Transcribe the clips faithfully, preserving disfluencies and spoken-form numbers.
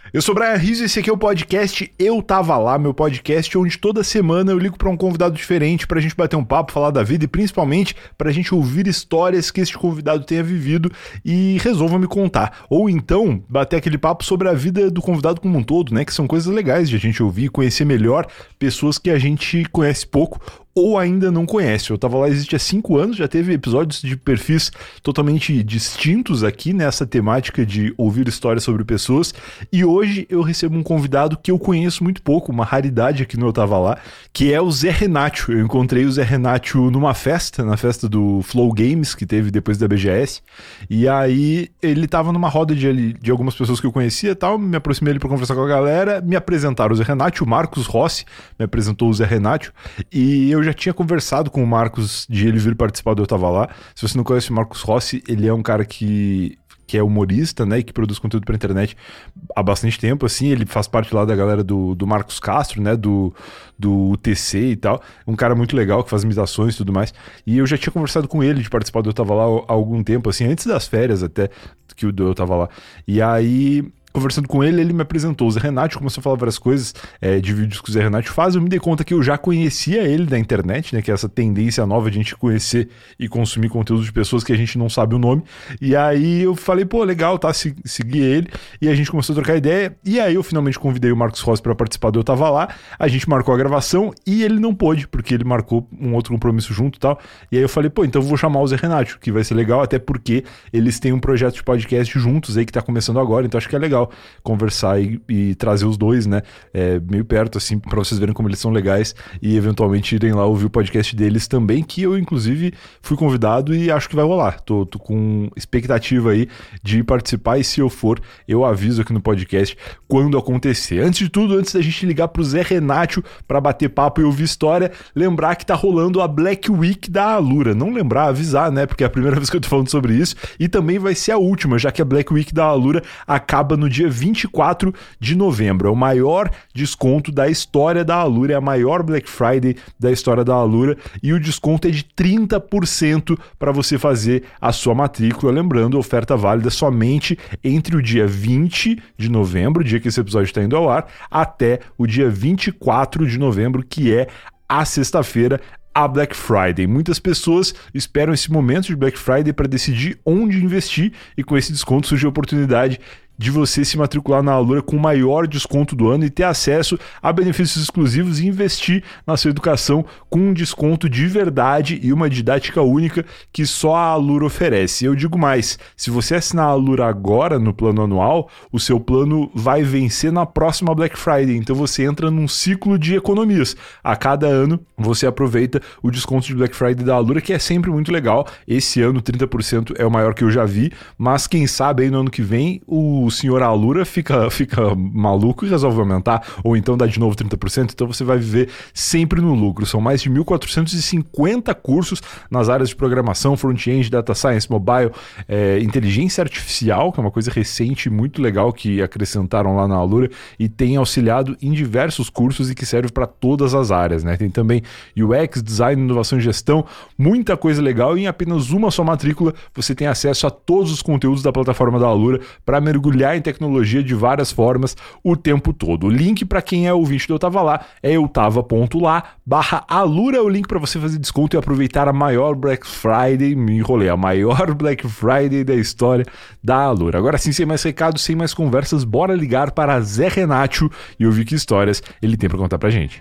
Eu sou o Brian Rizzo e esse aqui é o podcast Eu Tava Lá, meu podcast onde toda semana eu ligo pra um convidado diferente pra gente bater um papo, falar da vida e principalmente pra gente ouvir histórias que este convidado tenha vivido e resolva me contar. Ou então, bater aquele papo sobre a vida do convidado como um todo, né? Que são coisas legais de a gente ouvir e conhecer melhor pessoas que a gente conhece pouco ou ainda não conhece. Eu Tava Lá existe há cinco anos, já teve episódios de perfis totalmente distintos aqui nessa temática de ouvir histórias sobre pessoas, e hoje eu recebo um convidado que eu conheço muito pouco, uma raridade aqui no Eu Tava Lá, que é o Zé Renato. Eu encontrei o Zé Renato numa festa, na festa do Flow Games, que teve depois da B G S, e aí ele tava numa roda de, de algumas pessoas que eu conhecia e tal, me aproximei ele pra conversar com a galera, me apresentaram o Zé Renato, o Marcos Rossi me apresentou o Zé Renato, e eu já tinha conversado com o Marcos de ele vir participar do Eu Tava Lá. Se você não conhece o Marcos Rossi, ele é um cara que, que é humorista, né, e que produz conteúdo pra internet há bastante tempo, assim. Ele faz parte lá da galera do, do Marcos Castro, né, do, do U T C e tal. Um cara muito legal, que faz imitações e tudo mais. E eu já tinha conversado com ele de participar do Eu Tava Lá há algum tempo, assim, antes das férias até, que o Eu Tava Lá. E aí, conversando com ele, ele me apresentou o Zé Renato, começou a falar várias coisas é, de vídeos que o Zé Renato faz. Eu me dei conta que eu já conhecia ele da internet, né? Que é essa tendência nova de a gente conhecer e consumir conteúdo de pessoas que a gente não sabe o nome. E aí eu falei, pô, legal, tá? Se, segui ele. E a gente começou a trocar ideia. E aí eu finalmente convidei o Marcos Rossi pra participar do Eu Tava Lá. A gente marcou a gravação e ele não pôde, porque ele marcou um outro compromisso junto e tal. E aí eu falei, pô, então eu vou chamar o Zé Renato, que vai ser legal, até porque eles têm um projeto de podcast juntos aí que tá começando agora. Então acho que é legal conversar e, e trazer os dois, né, é, meio perto, assim, pra vocês verem como eles são legais e eventualmente irem lá ouvir o podcast deles também, que eu, inclusive, fui convidado e acho que vai rolar. Tô, tô com expectativa aí de participar e se eu for, eu aviso aqui no podcast quando acontecer. Antes de tudo, antes da gente ligar pro Zé Renato pra bater papo e ouvir história, lembrar que tá rolando a Black Week da Alura. Não lembrar, avisar, né, porque é a primeira vez que eu tô falando sobre isso e também vai ser a última, já que a Black Week da Alura acaba no dia vinte e quatro de novembro. É o maior desconto da história da Alura, é a maior Black Friday da história da Alura e o desconto é de trinta por cento para você fazer a sua matrícula. Lembrando, oferta válida somente entre o dia vinte de novembro, dia que esse episódio está indo ao ar, até o dia vinte e quatro de novembro, que é a sexta-feira, a Black Friday. Muitas pessoas esperam esse momento de Black Friday para decidir onde investir e com esse desconto surge a oportunidade de você se matricular na Alura com o maior desconto do ano e ter acesso a benefícios exclusivos e investir na sua educação com um desconto de verdade e uma didática única que só a Alura oferece. Eu digo mais, se você assinar a Alura agora no plano anual, o seu plano vai vencer na próxima Black Friday, então você entra num ciclo de economias. A cada ano você aproveita o desconto de Black Friday da Alura, que é sempre muito legal. Esse ano trinta por cento é o maior que eu já vi, mas quem sabe aí no ano que vem o o senhor Alura fica, fica maluco e resolve aumentar, ou então dá de novo trinta por cento, então você vai viver sempre no lucro. São mais de mil quatrocentos e cinquenta cursos nas áreas de programação, front-end, data science, mobile, é, inteligência artificial, que é uma coisa recente e muito legal que acrescentaram lá na Alura e tem auxiliado em diversos cursos e que serve para todas as áreas, né? Tem também U X, design, inovação e gestão, muita coisa legal e em apenas uma só matrícula você tem acesso a todos os conteúdos da plataforma da Alura para mergulhar em tecnologia de várias formas o tempo todo. O link para quem é ouvinte do Eu Tava Lá é eutava.lá barra Alura, o link para você fazer desconto e aproveitar a maior Black Friday, me enrolei, a maior Black Friday da história da Alura. Agora sim, sem mais recados, sem mais conversas, bora ligar para Zé Renato e ouvir que histórias ele tem para contar pra gente.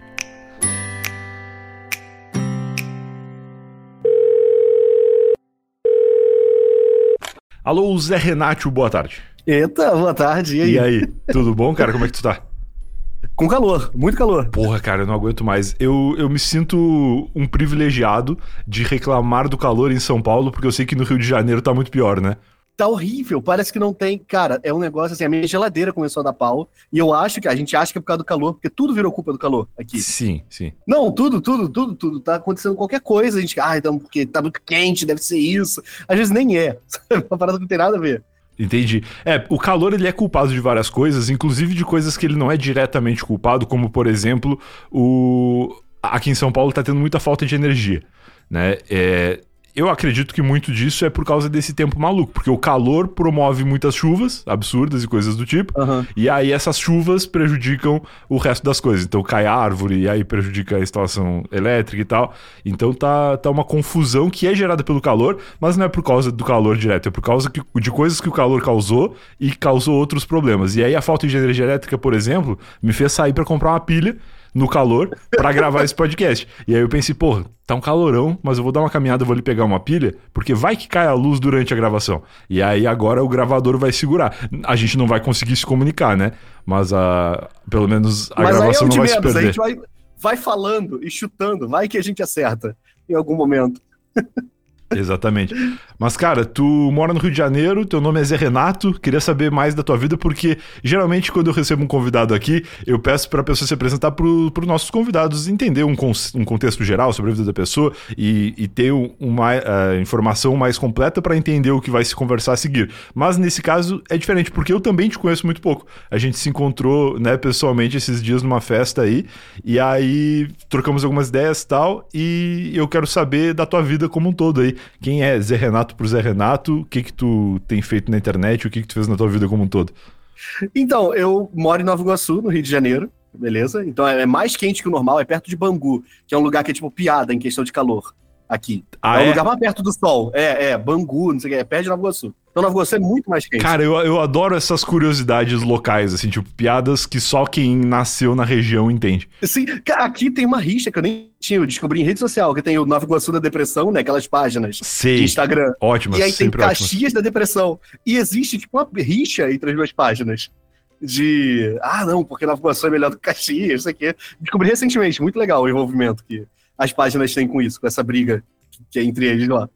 Alô, Zé Renato, boa tarde. Eita, boa tarde, e aí? E aí, tudo bom, cara? Como é que tu tá? Com calor, muito calor. Porra, cara, eu não aguento mais. Eu, eu me sinto um privilegiado de reclamar do calor em São Paulo, porque eu sei que no Rio de Janeiro tá muito pior, né? Tá horrível, parece que não tem... Cara, é um negócio assim, a minha geladeira começou a dar pau, e eu acho que, a gente acha que é por causa do calor, porque tudo virou culpa do calor aqui. Sim, sim. Não, tudo, tudo, tudo, tudo. Tá acontecendo qualquer coisa, a gente... Ah, então, porque tá muito quente, deve ser isso. Às vezes nem é. Uma parada que não tem nada a ver. Entendi. É, o calor ele é culpado de várias coisas, inclusive de coisas que ele não é diretamente culpado, como, por exemplo, o... aqui em São Paulo tá tendo muita falta de energia, né? É... eu acredito que muito disso é por causa desse tempo maluco, porque o calor promove muitas chuvas absurdas e coisas do tipo, Uhum. e aí essas chuvas prejudicam o resto das coisas. Então cai árvore, e aí prejudica a instalação elétrica e tal. Então tá, tá uma confusão que é gerada pelo calor, mas não é por causa do calor direto, é por causa que, de coisas que o calor causou e causou outros problemas. E aí a falta de energia elétrica, por exemplo, me fez sair pra comprar uma pilha no calor pra gravar esse podcast. E aí eu pensei, porra, tá um calorão, mas eu vou dar uma caminhada, vou ali pegar uma pilha, porque vai que cai a luz durante a gravação. E aí agora o gravador vai segurar. A gente não vai conseguir se comunicar, né? Mas a, pelo menos a Mas gravação aí é não vai menos, se perder. a gente vai, vai falando e chutando, vai que a gente acerta em algum momento. Exatamente. Mas, cara, tu mora no Rio de Janeiro, teu nome é Zé Renato, queria saber mais da tua vida, porque geralmente quando eu recebo um convidado aqui, eu peço pra pessoa se apresentar pro, pro nossos convidados, entender um, con- um contexto geral sobre a vida da pessoa e, e ter um- uma uh, informação mais completa pra entender o que vai se conversar a seguir. Mas nesse caso é diferente, porque eu também te conheço muito pouco. A gente se encontrou, né, pessoalmente esses dias numa festa aí, e aí trocamos algumas ideias e tal, e eu quero saber da tua vida como um todo aí. Quem é Zé Renato pro Zé Renato? O que que tu tem feito na internet? O que que tu fez na tua vida como um todo? Então, eu moro em Nova Iguaçu, no Rio de Janeiro, beleza? Então é mais quente que o normal, é perto de Bangu, que é um lugar que é tipo piada em questão de calor aqui. Ah, é um é? lugar mais perto do sol. É, é, Bangu, não sei o que, é perto de Nova Iguaçu. Então Nova Iguaçu é muito mais quente. Cara, eu, eu adoro essas curiosidades locais, assim, tipo, piadas que só quem nasceu na região entende. Sim, cara, aqui tem uma rixa que eu nem tinha, eu descobri em rede social, que tem o Nova Iguaçu da Depressão, né, aquelas páginas Sei. de Instagram. Ótimas, E aí tem sempre ótimas. Caxias da Depressão. E existe, tipo, uma rixa entre as duas páginas. De, ah, não, porque Nova Iguaçu é melhor do que Caxias, isso aqui. Descobri recentemente, muito legal o envolvimento que as páginas têm com isso, com essa briga que é entre eles lá.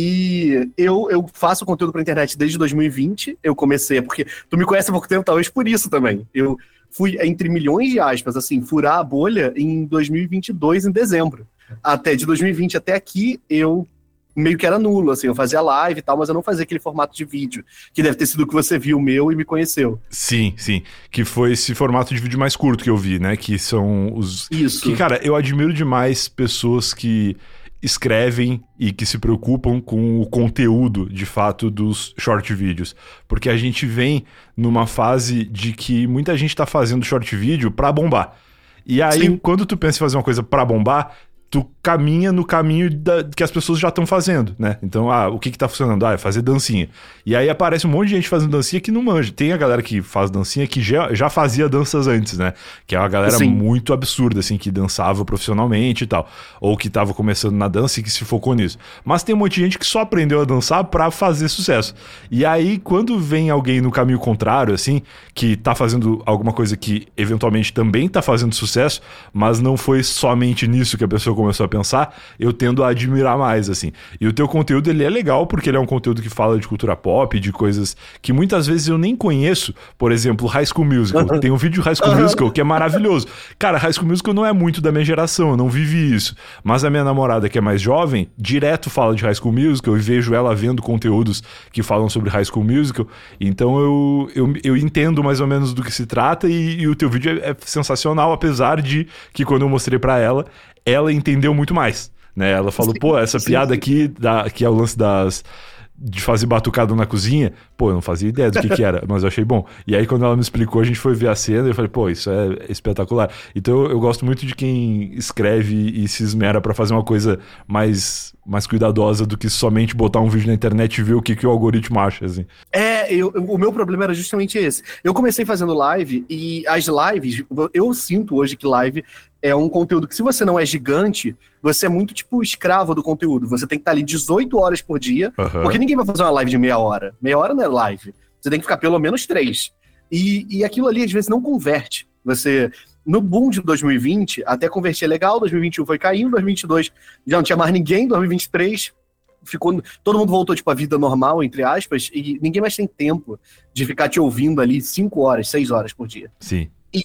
E eu, eu faço conteúdo pra internet desde dois mil e vinte, eu comecei, porque tu me conhece há pouco tempo, talvez por isso também. Eu fui, entre milhões de aspas, assim, furar a bolha em dois mil e vinte e dois, em dezembro. Até, de dois mil e vinte até aqui, eu meio que era nulo, assim, eu fazia live e tal, mas eu não fazia aquele formato de vídeo, que deve ter sido o que você viu meu e me conheceu. Sim, sim. Que foi esse formato de vídeo mais curto que eu vi, né? Que são os... Isso. Que, cara, eu admiro demais pessoas que escrevem e que se preocupam com o conteúdo, de fato, dos short vídeos. Porque a gente vem numa fase de que muita gente tá fazendo short vídeo pra bombar. E aí, Sim. quando tu pensa em fazer uma coisa pra bombar, tu caminha no caminho da, que as pessoas já estão fazendo, né? Então, ah, o que que tá funcionando? Ah, é fazer dancinha. E aí aparece um monte de gente fazendo dancinha que não manja. Tem a galera que faz dancinha que já, já fazia danças antes, né? Que é uma galera Sim. muito absurda, assim, que dançava profissionalmente e tal. Ou que tava começando na dança e que se focou nisso. Mas tem um monte de gente que só aprendeu a dançar pra fazer sucesso. E aí, quando vem alguém no caminho contrário, assim, que tá fazendo alguma coisa que eventualmente também tá fazendo sucesso, mas não foi somente nisso que a pessoa começou a pensar, eu tendo a admirar mais, assim. E o teu conteúdo, ele é legal porque ele é um conteúdo que fala de cultura pop, de coisas que muitas vezes eu nem conheço. Por exemplo, High School Musical. Uhum. Tem um vídeo de High School Uhum. Musical que é maravilhoso. Cara, High School Musical não é muito da minha geração, eu não vivi isso. Mas a minha namorada, que é mais jovem, direto fala de High School Musical e vejo ela vendo conteúdos que falam sobre High School Musical. Então eu, eu, eu entendo mais ou menos do que se trata e, e o teu vídeo é, é sensacional, apesar de que quando eu mostrei pra ela, ela entendeu muito mais, né? Ela falou, Sim, pô, essa sim, piada sim. aqui, da, que é o lance das... de fazer batucada na cozinha, pô, eu não fazia ideia do que que era, mas eu achei bom. E aí quando ela me explicou, a gente foi ver a cena e eu falei, pô, isso é espetacular. Então eu, eu gosto muito de quem escreve e se esmera pra fazer uma coisa mais, mais cuidadosa do que somente botar um vídeo na internet e ver o que, que o algoritmo acha, assim. É, eu, o meu problema era justamente esse. Eu comecei fazendo live e as lives, eu sinto hoje que live é um conteúdo que, se você não é gigante, você é muito, tipo, escravo do conteúdo. Você tem que estar ali dezoito horas por dia, Uhum. porque ninguém vai fazer uma live de meia hora. Meia hora não é live. Você tem que ficar pelo menos três. E, e aquilo ali, às vezes, não converte. Você... No boom de dois mil e vinte, até convertia legal, dois mil e vinte e um foi caindo, dois mil e vinte e dois já não tinha mais ninguém, dois mil e vinte e três ficou, todo mundo voltou, tipo, à vida normal, entre aspas, e ninguém mais tem tempo de ficar te ouvindo ali cinco horas, seis horas por dia. Sim.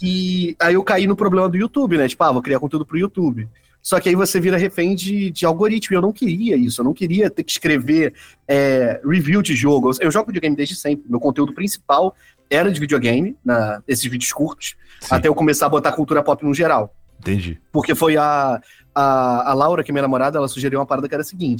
E aí eu caí no problema do YouTube, né? Tipo, ah, vou criar conteúdo pro YouTube. Só que aí você vira refém de, de algoritmo, e eu não queria isso, eu não queria ter que escrever é, review de jogo. Eu, eu jogo videogame desde sempre, meu conteúdo principal era de videogame, na, esses vídeos curtos, Sim. até eu começar a botar cultura pop no geral. Entendi. Porque foi a, a, a Laura, que é minha namorada, ela sugeriu uma parada que era a seguinte: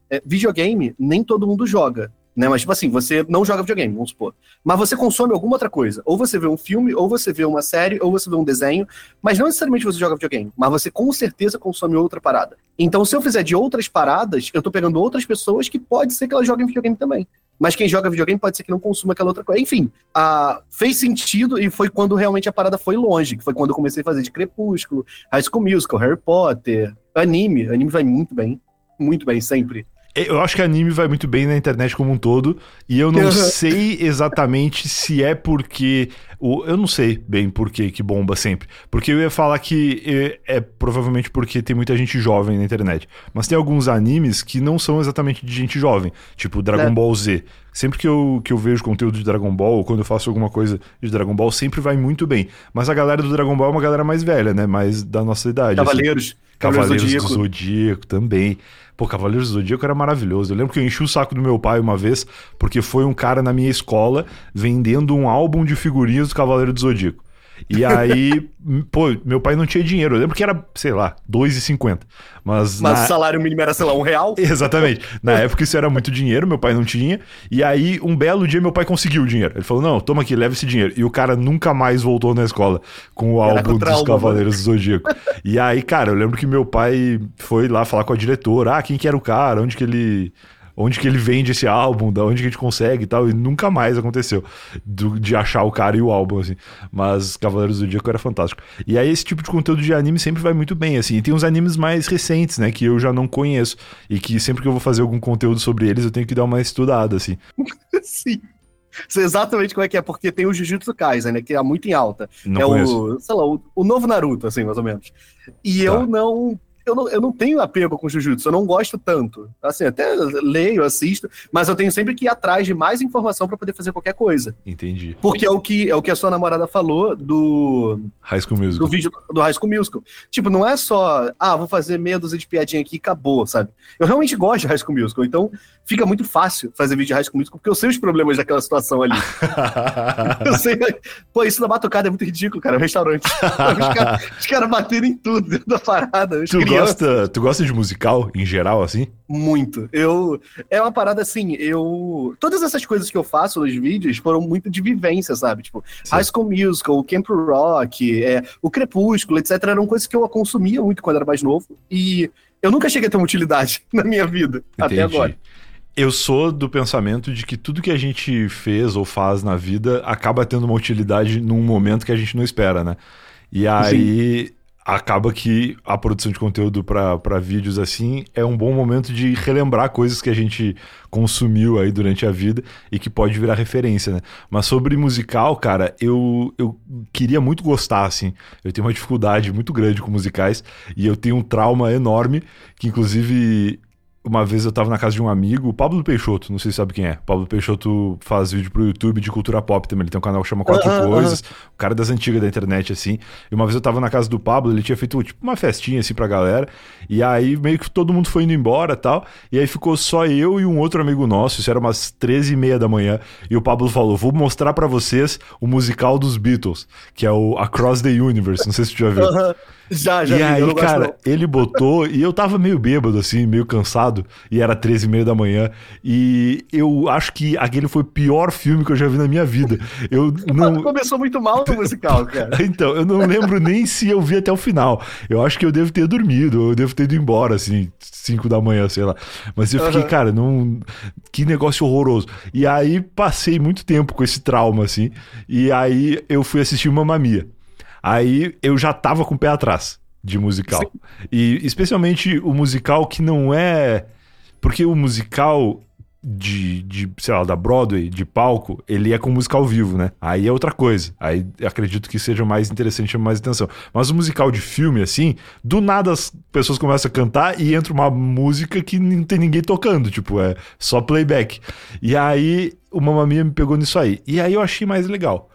é, videogame nem todo mundo joga. Né? Mas, tipo assim, você não joga videogame, vamos supor. Mas você consome alguma outra coisa. Ou você vê um filme, ou você vê uma série, ou você vê um desenho. Mas não necessariamente você joga videogame. Mas você com certeza consome outra parada. Então, se eu fizer de outras paradas, eu tô pegando outras pessoas que pode ser que elas joguem videogame também. Mas quem joga videogame pode ser que não consuma aquela outra coisa. Enfim, a... fez sentido e foi quando realmente a parada foi longe. Que foi quando eu comecei a fazer de Crepúsculo, High School Musical, Harry Potter, anime. Anime vai muito bem. Muito bem, sempre. Eu acho que anime vai muito bem na internet como um todo, e eu não sei exatamente se é porque... O, eu não sei bem por que que bomba sempre. Porque eu ia falar que é, é provavelmente porque tem muita gente jovem na internet. Mas tem alguns animes que não são exatamente de gente jovem, tipo Dragon é. Ball Z. Sempre que eu, que eu vejo conteúdo de Dragon Ball, ou quando eu faço alguma coisa de Dragon Ball, sempre vai muito bem. Mas a galera do Dragon Ball é uma galera mais velha, né? Mais da nossa idade. Cavaleiros. Assim. Cavaleiros, Cavaleiros do Zodíaco também. Pô, Cavaleiros do Zodíaco era maravilhoso. Eu lembro que eu enchi o saco do meu pai uma vez, porque foi um cara na minha escola vendendo um álbum de figurinhas do Cavaleiro do Zodíaco. E aí, pô, meu pai não tinha dinheiro. Eu lembro que era, sei lá, dois reais e cinquenta centavos. Mas, Mas na... o salário mínimo era, sei lá, um real? Exatamente. Na época isso era muito dinheiro, meu pai não tinha. E aí, um belo dia, meu pai conseguiu o dinheiro. Ele falou, não, toma aqui, leva esse dinheiro. E o cara nunca mais voltou na escola com o álbum dos trauma, Cavaleiros mano. do Zodíaco. E aí, cara, eu lembro que meu pai foi lá falar com a diretora. Ah, quem que era o cara? Onde que ele... Onde que ele vende esse álbum, da onde que a gente consegue e tal, e nunca mais aconteceu do, de achar o cara e o álbum, assim. Mas Cavaleiros do Zodíaco era fantástico. E aí esse tipo de conteúdo de anime sempre vai muito bem, assim. E tem uns animes mais recentes, né, que eu já não conheço. E que sempre que eu vou fazer algum conteúdo sobre eles, eu tenho que dar uma estudada, assim. Sim. Sei exatamente como é que é, porque tem o Jujutsu Kaisen, né, que é muito em alta. Não é conheço. o, sei lá, o, o novo Naruto, assim, mais ou menos. E tá. eu não... Eu não, eu não tenho apego com Jujutsu, eu não gosto tanto. Assim, até leio, assisto, mas eu tenho sempre que ir atrás de mais informação pra poder fazer qualquer coisa. Entendi. Porque é o que, é o que a sua namorada falou do... High School Musical. Do vídeo do High School Musical. Tipo, não é só, ah, vou fazer meia dúzia de piadinha aqui e acabou, sabe? Eu realmente gosto de High School Musical, então fica muito fácil fazer vídeo de High School Musical, porque eu sei os problemas daquela situação ali. Eu sei... Pô, isso da batucada é muito ridículo, cara, é um restaurante. Os caras cara bateram em tudo dentro da parada. Tu gosta, tu gosta de musical, em geral, assim? Muito. Eu... É uma parada assim, eu... Todas essas coisas que eu faço nos vídeos foram muito de vivência, sabe? Tipo, Sim. High School Musical, Camp Rock, é, o Crepúsculo, etcétera. Eram coisas que eu consumia muito quando era mais novo. E eu nunca cheguei a ter uma utilidade na minha vida, Entendi. até agora. Eu sou do pensamento de que tudo que a gente fez ou faz na vida acaba tendo uma utilidade num momento que a gente não espera, né? E aí... Sim. Acaba que a produção de conteúdo para vídeos assim é um bom momento de relembrar coisas que a gente consumiu aí durante a vida e que pode virar referência, né? Mas sobre musical, cara, eu, eu queria muito gostar, assim. Eu tenho uma dificuldade muito grande com musicais e eu tenho um trauma enorme que, inclusive... Uma vez eu tava na casa de um amigo, o Pablo Peixoto, não sei se sabe quem é. O Pablo Peixoto faz vídeo pro YouTube de cultura pop também. Ele tem um canal que chama Quatro uh -huh, Coisas. Uh -huh. O cara das antigas da internet, assim. E uma vez eu tava na casa do Pablo, ele tinha feito tipo uma festinha assim pra galera. E aí meio que todo mundo foi indo embora e tal. E aí ficou só eu e um outro amigo nosso. Isso era umas treze e meia da manhã. E o Pablo falou, vou mostrar pra vocês o musical dos Beatles, que é o Across the Universe. Não sei se tu já viu. Uh -huh. Já, já. E aí, eu cara, gosto, ele botou... E eu tava meio bêbado, assim, meio cansado. E era treze e meia da manhã. E eu acho que aquele foi o pior filme que eu já vi na minha vida. Eu não... Começou muito mal no musical, cara. Então, eu não lembro nem se eu vi até o final. Eu acho que eu devo ter dormido. Eu devo ter ido embora, assim, cinco da manhã, sei lá. Mas eu fiquei, uhum. cara, não... que negócio horroroso. E aí, passei muito tempo com esse trauma, assim. E aí, eu fui assistir Mamma Mia. Aí eu já tava com o pé atrás de musical. Sim. E especialmente o musical que não é... Porque o musical de, de, sei lá, da Broadway, de palco, ele é com musical vivo, né? Aí é outra coisa. Aí acredito que seja mais interessante, chama mais atenção. Mas o musical de filme, assim, do nada as pessoas começam a cantar e entra uma música que não tem ninguém tocando. Tipo, é só playback. E aí o Mamma Mia me pegou nisso aí. E aí eu achei mais legal.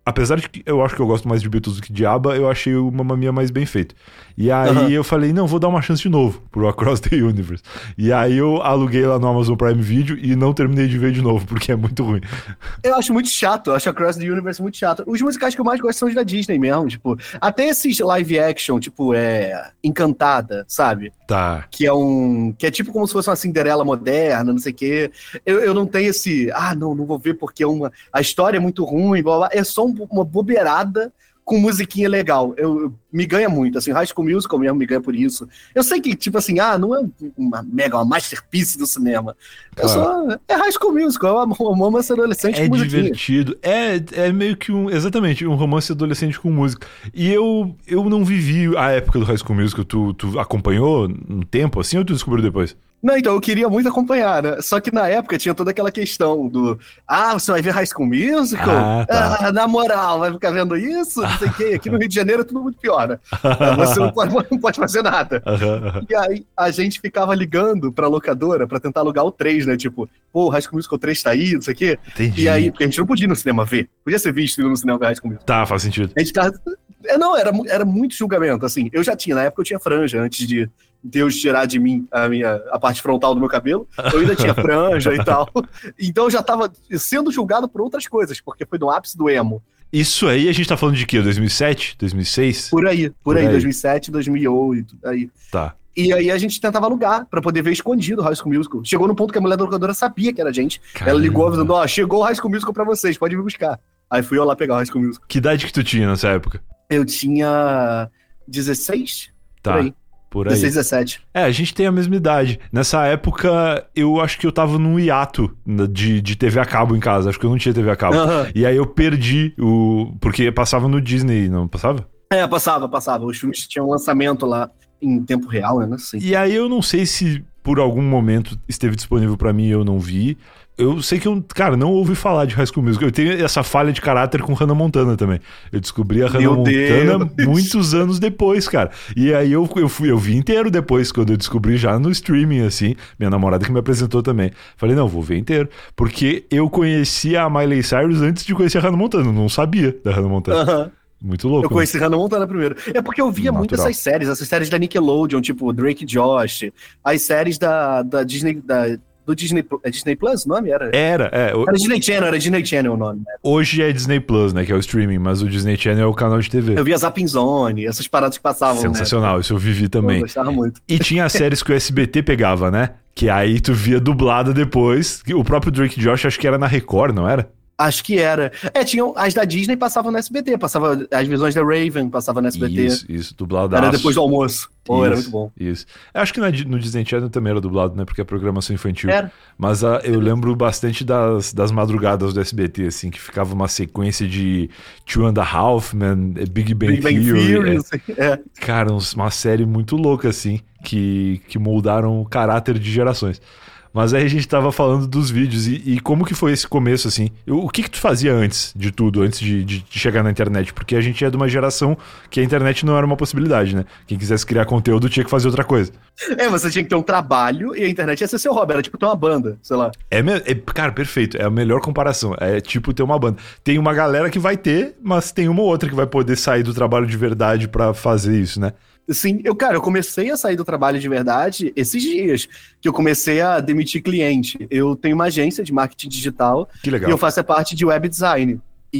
apesar de que eu acho que eu gosto mais de Beatles do que de ABBA, eu achei o Mamma Mia mais bem feito. E aí uhum. eu falei, não, vou dar uma chance de novo pro Across the Universe. E aí eu aluguei lá no Amazon Prime Video e não terminei de ver de novo, porque é muito ruim. Eu acho muito chato, eu acho Across the Universe muito chato. Os musicais que eu mais gosto são os da Disney mesmo, tipo, até esses live action, tipo, é Encantada, sabe? Tá. Que é um, que é tipo como se fosse uma Cinderela moderna, não sei o quê. Eu, eu não tenho esse, ah, não, não vou ver porque é uma, a história é muito ruim, blá, blá. É só um, uma bobeirada com musiquinha legal. Eu, eu me ganha muito, assim, High School Musical mesmo me ganha por isso. Eu sei que, tipo assim, ah, não é uma mega, uma masterpiece do cinema. Eu Claro. só, é High School Musical, é um romance adolescente É com musiquinha. divertido. É, é meio que um, exatamente, um romance adolescente com música. E eu, eu não vivi a época do High School Musical. Tu, tu acompanhou um tempo assim ou tu descobriu depois? Não, então, eu queria muito acompanhar, né? Só que na época tinha toda aquela questão do ah, você vai ver High School Musical? Ah, tá. Ah, na moral, vai ficar vendo isso? Não sei o quê. Aqui no Rio de Janeiro é tudo muito pior, né? Você não pode, não pode fazer nada. Uhum, uhum. E aí a gente ficava ligando pra locadora pra tentar alugar o três, né? Tipo, pô, High School Musical três tá aí, não sei o quê. Entendi. E aí, porque a gente não podia ir no cinema ver. Podia ser visto no cinema ver High School Musical. Tá, faz sentido. A gente tava... É, não, era, era muito julgamento, assim. Eu já tinha, na época eu tinha franja, antes de Deus tirar de mim a, minha, a parte frontal do meu cabelo. Eu ainda tinha franja e tal. Então eu já tava sendo julgado por outras coisas, porque foi no ápice do emo. Isso aí a gente tá falando de quê? dois mil e sete? dois mil e seis? Por aí, por, Por aí, aí. dois mil e sete, dois mil e oito, aí. Tá. E aí a gente tentava alugar pra poder ver escondido o High School Musical. Chegou no ponto que a mulher da locadora sabia que era a gente. Caramba. Ela ligou avisando, ó, chegou o High School Musical pra vocês, pode vir buscar. Aí fui eu lá pegar o High School Musical. Que idade que tu tinha nessa época? Eu tinha dezesseis? Tá. Por aí. Por aí. dezesseis, dezessete. É, a gente tem a mesma idade. Nessa época, eu acho que eu tava num hiato de, de T V a cabo em casa. Acho que eu não tinha T V a cabo. Aham. E aí eu perdi o... Porque passava no Disney, não passava? É, passava, passava. Os filmes tinham um lançamento lá em tempo real, né? Não sei. E aí eu não sei se por algum momento esteve disponível pra mim e eu não vi. Eu sei que eu, cara, não ouvi falar de High School Musical. Eu tenho essa falha de caráter com Hannah Montana também. Eu descobri a Hannah Meu Montana Deus. muitos anos depois, cara. E aí eu, eu, fui, eu vi inteiro depois, quando eu descobri já no streaming, assim. Minha namorada que me apresentou também. Falei, não, vou ver inteiro. Porque eu conhecia a Miley Cyrus antes de conhecer a Hannah Montana. Eu não sabia da Hannah Montana. Aham. Muito louco. Eu conheci Hannah Montana primeiro. É porque eu via muito Natural. essas séries, essas séries da Nickelodeon, tipo Drake e Josh, as séries da, da Disney, da, do Disney, é Disney Plus o nome? Era? Era, é. Era Disney Channel, era Disney Channel o nome. Né? Hoje é Disney Plus, né? Que é o streaming, mas o Disney Channel é o canal de T V. Eu via Zapping Zone, essas paradas que passavam. Sensacional, né? isso eu vivi também. Eu gostava muito. E tinha as séries que o S B T pegava, né? Que aí tu via dublada depois. O próprio Drake e Josh, acho que era na Record, não era? Acho que era. É, tinham as da Disney passavam no S B T, passava as visões da Raven, passava no S B T. Isso, isso, dublado. Era depois do almoço. Pô, era muito bom. Isso. Eu acho que na, no Disney Channel também era dublado, né? Porque é programação infantil. Era. Mas ah, eu lembro bastante das, das madrugadas do S B T, assim, que ficava uma sequência de Two and a Half Men, Big Bang, Big Bang Theory. Theory, é. assim, é. Cara, uns- uma série muito louca, assim, que, que moldaram o caráter de gerações. Mas aí a gente tava falando dos vídeos e, e como que foi esse começo, assim? O, o que que tu fazia antes de tudo, antes de, de- de chegar na internet? Porque a gente é de uma geração que a internet não era uma possibilidade, né? Quem quisesse criar conteúdo tinha que fazer outra coisa. É, você tinha que ter um trabalho e a internet ia ser seu hobby, era tipo ter uma banda, sei lá. É, me- é- cara, perfeito. É a melhor comparação. É tipo ter uma banda. Tem uma galera que vai ter, mas tem uma ou outra que vai poder sair do trabalho de verdade pra fazer isso, né? Sim, eu, cara, eu comecei a sair do trabalho de verdade esses dias, que eu comecei a demitir cliente. Eu tenho uma agência de marketing digital Que legal. e eu faço a parte de web design.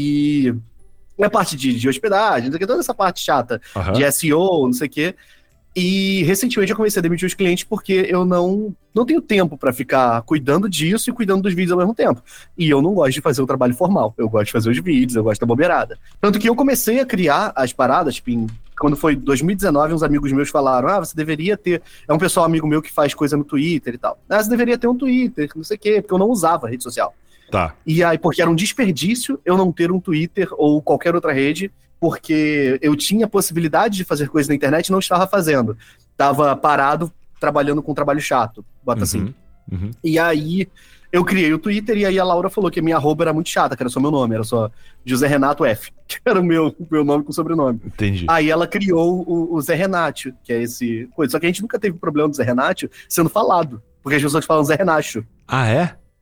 E a parte de, de hospedagem, não sei o que, toda essa parte chata Aham. de S E O, não sei o quê. E recentemente eu comecei a demitir os clientes porque eu não, não tenho tempo pra ficar cuidando disso e cuidando dos vídeos ao mesmo tempo. E eu não gosto de fazer o trabalho formal. Eu gosto de fazer os vídeos, eu gosto da bobeirada. Tanto que eu comecei a criar as paradas, tipo, em- quando foi dois mil e dezenove, uns amigos meus falaram: ah, você deveria ter. É um pessoal amigo meu que faz coisa no Twitter e tal. Ah, você deveria ter um Twitter, não sei o quê, porque eu não usava rede social. Tá. E aí, porque era um desperdício eu não ter um Twitter ou qualquer outra rede, porque eu tinha possibilidade de fazer coisa na internet e não estava fazendo. Tava parado, trabalhando com um trabalho chato, bota assim. Uhum, uhum. E aí, eu criei o Twitter e aí a Laura falou que a minha arroba era muito chata, que era só meu nome, era só José Renato F, que era o meu, meu nome com sobrenome. Entendi. Aí ela criou o, o Zé Renato, que é esse coisa. Só que a gente nunca teve problema do Zé Renato sendo falado, porque as pessoas falam Zé Renato. Ah, é?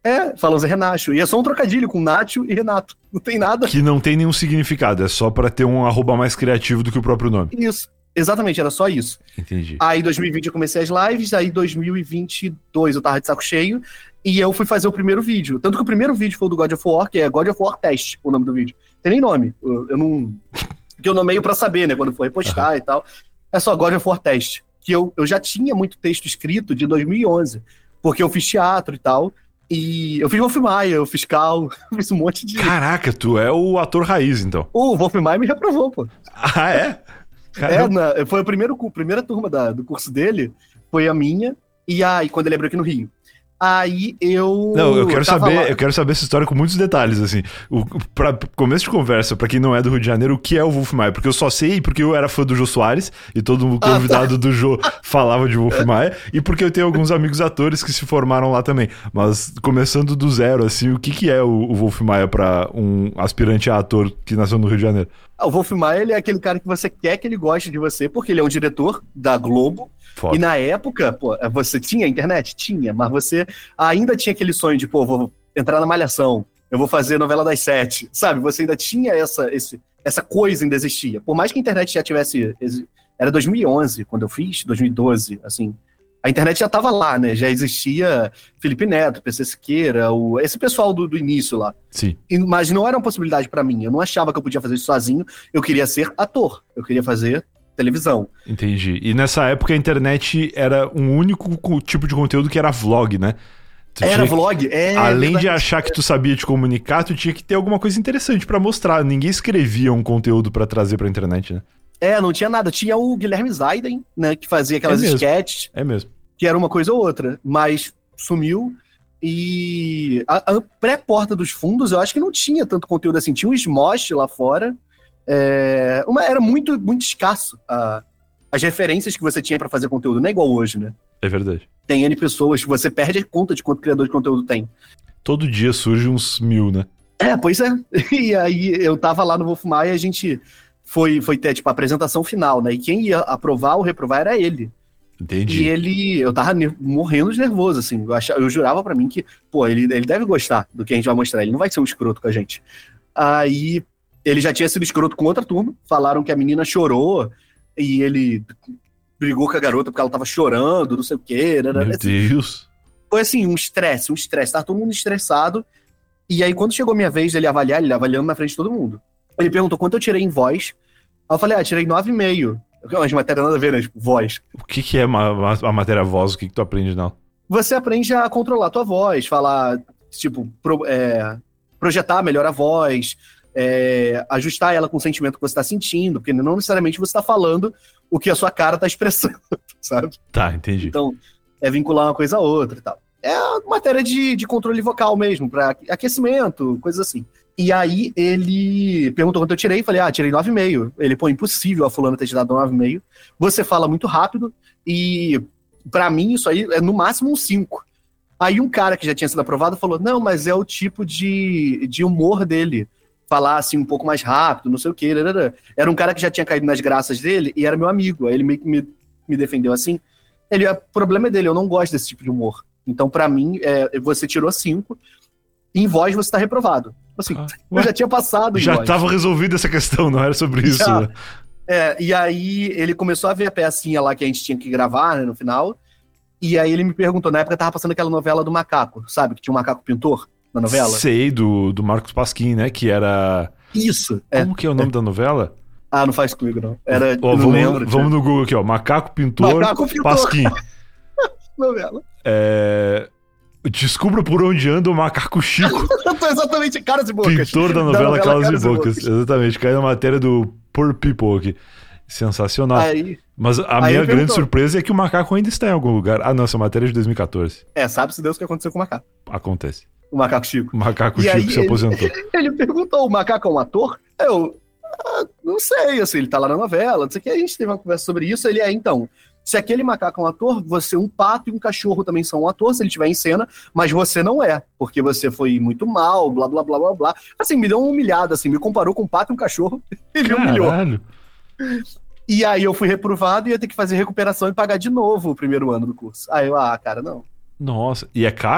É, falam Zé Renacho. E é só um trocadilho com Nacho e Renato. Não tem nada. Que não tem nenhum significado, é só pra ter um arroba mais criativo do que o próprio nome. Isso. Exatamente, era só isso. Entendi. Aí em dois mil e vinte eu comecei as lives, aí em dois mil e vinte e dois eu tava de saco cheio, e eu fui fazer o primeiro vídeo. Tanto que o primeiro vídeo foi o do God of War, que é God of War Test, o nome do vídeo. Tem nem nome, eu, eu não... que eu nomeio pra saber, né, quando for repostar uhum. e tal. É só God of War Test, que eu, eu já tinha muito texto escrito de dois mil e onze, porque eu fiz teatro e tal, e eu fiz Wolf Maia, eu fiz Cal, eu fiz um monte de... Caraca, tu é o ator raiz, então. O Wolf Maia me reprovou, pô. Ah, é? É, na, foi a primeira, a primeira turma da, do curso dele, foi a minha, e aí, quando ele abriu aqui no Rio. Aí eu... Não, eu quero saber, lá. eu quero saber essa história com muitos detalhes, assim. O, pra começo de conversa, pra quem não é do Rio de Janeiro, o que é o Wolf Maia? Porque eu só sei porque eu era fã do Jô Soares, e todo convidado ah, tá. do Jô falava de Wolf Maia, e porque eu tenho alguns amigos atores que se formaram lá também. Mas, começando do zero, assim, o que, que é o, o Wolf Maia pra um aspirante a ator que nasceu no Rio de Janeiro? O Wolf Maia, ele é aquele cara que você quer que ele goste de você, porque ele é um diretor da Globo. Foda. E na época, pô, você tinha internet? Tinha, mas você ainda tinha aquele sonho de, pô, vou entrar na Malhação, eu vou fazer novela das sete, sabe? Você ainda tinha essa, esse, essa coisa, ainda existia. Por mais que a internet já tivesse... Era dois mil e onze, quando eu fiz, dois mil e doze, assim... A internet já tava lá, né? Já existia Felipe Neto, P C Siqueira, o, esse pessoal do, do início lá. Sim. E, mas não era uma possibilidade pra mim. Eu não achava que eu podia fazer isso sozinho. Eu queria ser ator. Eu queria fazer televisão. Entendi. E nessa época a internet era um único tipo de conteúdo que era vlog, né? Tu era tinha... vlog, é. Além verdade. de achar que tu sabia te comunicar, tu tinha que ter alguma coisa interessante pra mostrar. Ninguém escrevia um conteúdo pra trazer pra internet, né? É, não tinha nada. Tinha o Guilherme Zaiden, né, que fazia aquelas é sketches. É mesmo. Que era uma coisa ou outra, mas sumiu. E a, a pré-porta dos fundos, eu acho que não tinha tanto conteúdo assim. Tinha um Smosh lá fora. É, uma, era muito, muito escasso a, as referências que você tinha pra fazer conteúdo. Não é igual hoje, né? É verdade. Tem N pessoas que você perde a conta de quanto criador de conteúdo tem. Todo dia surge uns mil, né? É, pois é. E aí eu tava lá no Wolf Maia e a gente foi, foi ter, tipo, a apresentação final, né? E quem ia aprovar ou reprovar era ele. Entendi. E ele, eu tava morrendo de nervoso, assim. Eu, achava, eu jurava pra mim que, pô, ele, ele deve gostar do que a gente vai mostrar. Ele não vai ser um escroto com a gente. Aí ele já tinha sido escroto com outra turma. Falaram que a menina chorou e ele brigou com a garota porque ela tava chorando, não sei o quê. Né? Meu assim, Deus. Foi assim, um estresse, um estresse. Tava todo mundo estressado. E aí, quando chegou a minha vez dele avaliar, ele avaliando na frente de todo mundo. Ele perguntou quanto eu tirei em voz. Aí eu falei, ah, tirei nove vírgula cinco. Mas matéria nada a ver, né? Tipo, voz. O que, que é uma, a matéria voz? O que, que tu aprende, não? Você aprende a controlar a tua voz, falar, tipo, pro, é, projetar melhor a voz, é, ajustar ela com o sentimento que você tá sentindo, porque não necessariamente você tá falando o que a sua cara tá expressando, sabe? Tá, entendi. Então, é vincular uma coisa a outra e tal. É uma matéria de, de controle vocal mesmo, pra aquecimento, coisas assim. E aí ele perguntou quanto eu tirei, falei, ah, tirei nove vírgula cinco. Ele, pô, impossível a fulana ter te dado nove vírgula cinco. Você fala muito rápido e pra mim isso aí é no máximo um cinco. Aí um cara que já tinha sido aprovado falou, não, mas é o tipo de, de humor dele, falar assim um pouco mais rápido, não sei o quê. Era um cara que já tinha caído nas graças dele e era meu amigo, aí ele meio que me, me defendeu assim. Ele, o problema é dele, eu não gosto desse tipo de humor. Então pra mim, é, você tirou cinco, em voz você tá reprovado. Assim, ah, eu já tinha passado em Já voz. tava resolvida essa questão, não era sobre isso, já, né? É, e aí ele começou a ver a pecinha lá que a gente tinha que gravar, né, no final, e aí ele me perguntou, na época tava passando aquela novela do Macaco, sabe? Que tinha um macaco pintor na novela. Sei, do, do Marcos Pasquim, né? Que era... Isso. Como é. que é o nome é. da novela? Ah, não faz comigo, não. Era, oh, não vamos, lembro. Vamos no Google aqui, ó. Macaco Pintor, Macaco Pintor. Pasquim. Novela. É... Descubra por onde anda o macaco Chico. Eu tô exatamente Caras e Bocas. Pintor da novela, da novela Caras, Caras e Bocas. Bocas. Exatamente, caiu na matéria do Poor People aqui. Sensacional. Aí, Mas a minha grande perguntou. surpresa é que o macaco ainda está em algum lugar. Ah, não, essa matéria é de dois mil e catorze. É, sabe-se Deus o que aconteceu com o macaco. Acontece. O macaco Chico. O macaco e Chico aí, se aposentou. Ele, ele perguntou, o macaco é um ator? Eu, ah, não sei, assim, ele tá lá na novela, não sei o que, a gente teve uma conversa sobre isso, ele é, então... Se aquele macaco é um ator, você, um pato e um cachorro também são um ator, se ele estiver em cena, mas você não é, porque você foi muito mal, blá, blá, blá, blá, blá. Assim, me deu uma humilhada, assim, me comparou com um pato e um cachorro e me humilhou. E aí eu fui reprovado e ia ter que fazer recuperação e pagar de novo o primeiro ano do curso. Aí eu, ah, cara, não. Nossa, e é caro?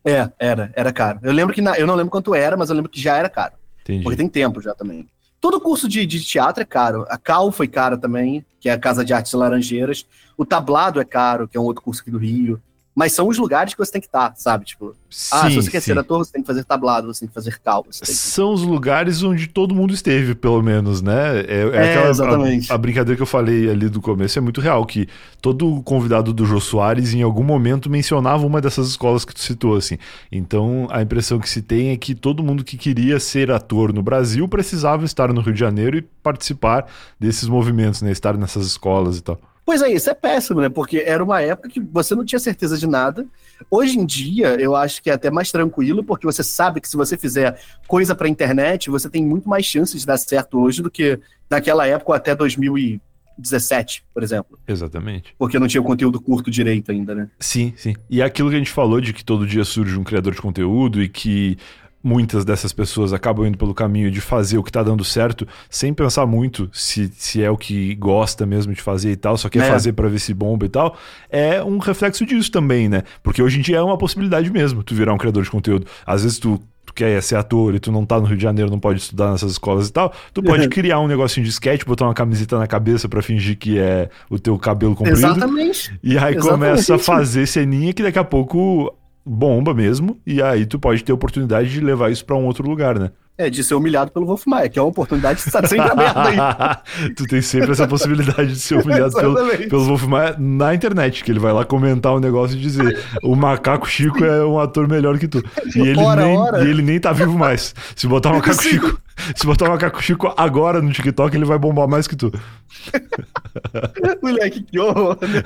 É, era, era caro. Eu lembro que, na, eu não lembro quanto era, mas eu lembro que já era caro. Entendi. Porque tem tempo já também. Todo curso de, de teatro é caro. A Cal foi cara também, que é a Casa de Artes Laranjeiras. O Tablado é caro, que é um outro curso aqui do Rio. Mas são os lugares que você tem que estar, sabe? Tipo, Sim, ah, se você quer sim. ser ator, você tem que fazer tablado, você tem que fazer cal. Você tem que... São os lugares onde todo mundo esteve, pelo menos, né? É, é É, aquela, exatamente. A, a brincadeira que eu falei ali do começo é muito real, que todo convidado do Jô Soares, em algum momento, mencionava uma dessas escolas que tu citou, assim. Então, a impressão que se tem é que todo mundo que queria ser ator no Brasil precisava estar no Rio de Janeiro e participar desses movimentos, né? Estar nessas escolas e tal. Pois é, isso é péssimo, né? Porque era uma época que você não tinha certeza de nada. Hoje em dia, eu acho que é até mais tranquilo, porque você sabe que se você fizer coisa pra internet, você tem muito mais chances de dar certo hoje do que naquela época até dois mil e dezessete, por exemplo. Exatamente. Porque não tinha o conteúdo curto direito ainda, né? Sim, sim. E é aquilo que a gente falou de que todo dia surge um criador de conteúdo e que muitas dessas pessoas acabam indo pelo caminho de fazer o que tá dando certo sem pensar muito se, se é o que gosta mesmo de fazer e tal, só quer É. fazer pra ver se bomba e tal, é um reflexo disso também, né? Porque hoje em dia é uma possibilidade mesmo, tu virar um criador de conteúdo. Às vezes tu, tu quer ser ator e tu não tá no Rio de Janeiro, não pode estudar nessas escolas e tal, tu pode criar um negocinho de sketch, botar uma camiseta na cabeça pra fingir que é o teu cabelo comprido. Exatamente. E aí Exatamente. começa a fazer ceninha que daqui a pouco bomba mesmo, e aí tu pode ter a oportunidade de levar isso pra um outro lugar, né? É, de ser humilhado pelo Wolf Maia, que é uma oportunidade que está sempre aberta aí. Tu tem sempre essa possibilidade de ser humilhado pelo, Exatamente. pelo Wolf Maia na internet, que ele vai lá comentar um negócio e dizer o Macaco Chico é um ator melhor que tu. E ele, Ora, nem, ora. e ele nem tá vivo mais. Se botar o Macaco Sim. Chico, se botar o Macaco Chico agora no TikTok, ele vai bombar mais que tu. Moleque, que horror. né?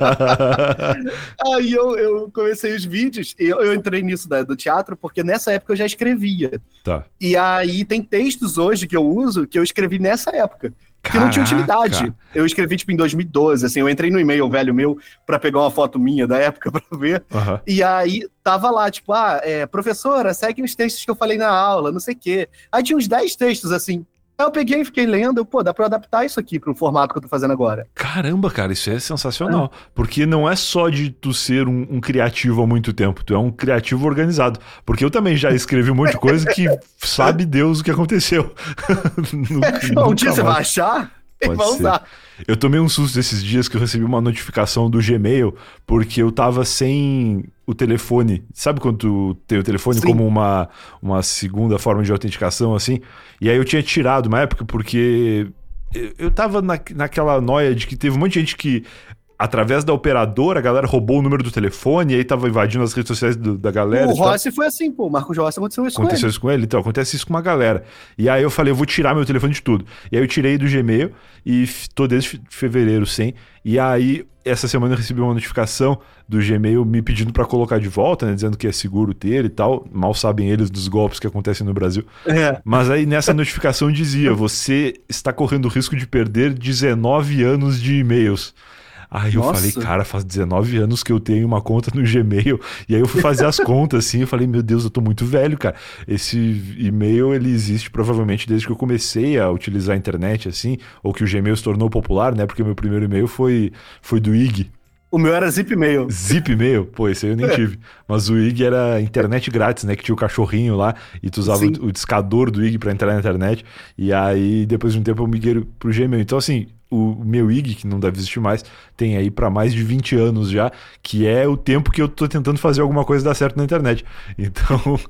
Aí eu, eu comecei os vídeos, e eu, eu entrei nisso da- do teatro, porque nessa época eu já escrevia. Tá. E aí tem textos hoje que eu uso que eu escrevi nessa época. Que não tinha Caraca. utilidade. Eu escrevi, tipo, em dois mil e doze, assim, eu entrei no e-mail velho meu pra pegar uma foto minha da época pra ver. Aham. E aí tava lá, tipo, ah, é, professora, segue os textos que eu falei na aula, não sei o quê. Aí tinha uns dez textos, assim. Aí eu peguei e fiquei lendo, eu, pô, dá pra eu adaptar isso aqui pro formato que eu tô fazendo agora. Caramba, cara, isso é sensacional. Porque não é só de tu ser um, um criativo há muito tempo, tu é um criativo organizado. Porque eu também já escrevi um monte de coisa que sabe Deus o que aconteceu. Nunca- um dia nunca você mais. vai achar e Pode vai ser. usar. Eu tomei um susto esses dias que eu recebi uma notificação do Gmail porque eu tava sem o telefone. Sabe quando tu tem o telefone Sim. como uma, uma segunda forma de autenticação, assim? E aí eu tinha tirado uma época porque eu, eu tava na, naquela noia de que teve um monte de gente que, através da operadora, a galera roubou o número do telefone e aí tava invadindo as redes sociais do- da galera. O e tal. Rossi foi assim, pô, o Marcos Rossi aconteceu isso com Aconteceu ele. isso com ele? Então, acontece isso com uma galera. E aí eu falei, eu vou tirar meu telefone de tudo. E aí eu tirei do Gmail e f- tô desde fe- fevereiro sem. E aí, essa semana eu recebi uma notificação do Gmail me pedindo pra colocar de volta, né? Dizendo que é seguro ter e tal. Mal sabem eles dos golpes que acontecem no Brasil. É. Mas aí nessa notificação dizia, você está correndo o risco de perder dezenove anos de e-mails. Aí eu Nossa. falei, cara, faz dezenove anos que eu tenho uma conta no Gmail. E aí eu fui fazer as contas, assim, eu falei, meu Deus, eu tô muito velho, cara. Esse e-mail, ele existe provavelmente desde que eu comecei a utilizar a internet, assim, ou que o Gmail se tornou popular, né? Porque meu primeiro e-mail foi, foi do I G. O meu era Zip Mail. Zip Mail? Pô, esse aí eu nem tive. Mas o I G era internet grátis, né? Que tinha o cachorrinho lá e tu usava Sim. o, o discador do I G pra entrar na internet. E aí, depois de um tempo, eu migrei pro Gmail. Então, assim, o meu I G, que não deve existir mais, tem aí pra mais de vinte anos já, que é o tempo que eu tô tentando fazer alguma coisa dar certo na internet. Então,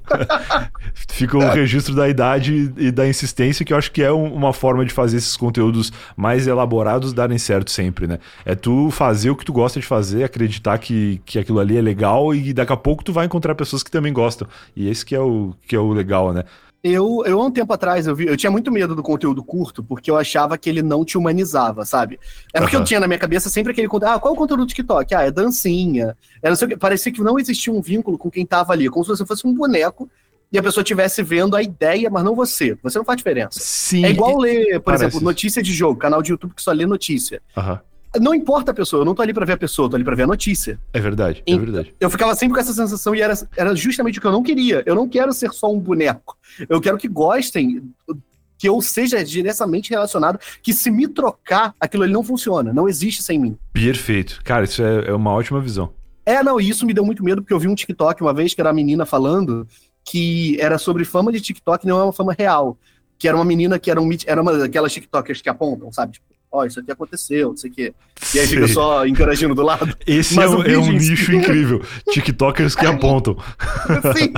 fica o registro da idade e da insistência, que eu acho que é um- uma forma de fazer esses conteúdos mais elaborados darem certo sempre, né? É tu fazer o que tu gosta de fazer, acreditar que, que aquilo ali é legal e daqui a pouco tu vai encontrar pessoas que também gostam. E esse que é o, que é o legal, né? Eu, eu, há um tempo atrás, eu, vi, eu tinha muito medo do conteúdo curto, porque eu achava que ele não te humanizava, sabe? É porque Aham. eu tinha na minha cabeça sempre aquele conteúdo, ah, qual é o conteúdo do TikTok? Ah, é dancinha. É não sei o quê. Parecia que não existia um vínculo com quem tava ali, como se você fosse um boneco e a pessoa estivesse vendo a ideia, mas não você. Você não faz diferença. Sim. É igual ler, por Parece exemplo, isso. notícia de jogo, canal de YouTube que só lê notícia. Aham. Não importa a pessoa, eu não tô ali pra ver a pessoa, eu tô ali pra ver a notícia. É verdade, é Então, verdade. Eu ficava sempre com essa sensação e era, era justamente o que eu não queria. Eu não quero ser só um boneco. Eu quero que gostem, que eu seja diretamente relacionado, que se me trocar, aquilo ali não funciona, não existe sem mim. Perfeito. Cara, isso é, é uma ótima visão. É, não, e isso me deu muito medo, porque eu vi um TikTok uma vez, que era uma menina falando que era sobre fama de TikTok, não é uma fama real. Que era uma menina que era, um, era uma daquelas TikTokers que apontam, sabe? Tipo, ó, oh, isso aqui aconteceu, não sei o quê. E aí fica só interagindo do lado. Esse Mas é, um, é um nicho incrível. TikTokers que apontam. Sim.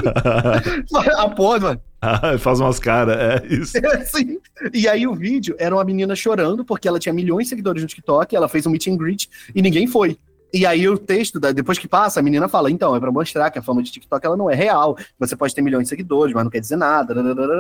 Aponta, mano. Ah, faz umas caras, é isso. É, sim. E aí o vídeo era uma menina chorando, porque ela tinha milhões de seguidores no TikTok, ela fez um meet and greet e ninguém foi. E aí o texto, depois que passa, a menina fala, então, é pra mostrar que a fama de TikTok ela não é real, você pode ter milhões de seguidores, mas não quer dizer nada.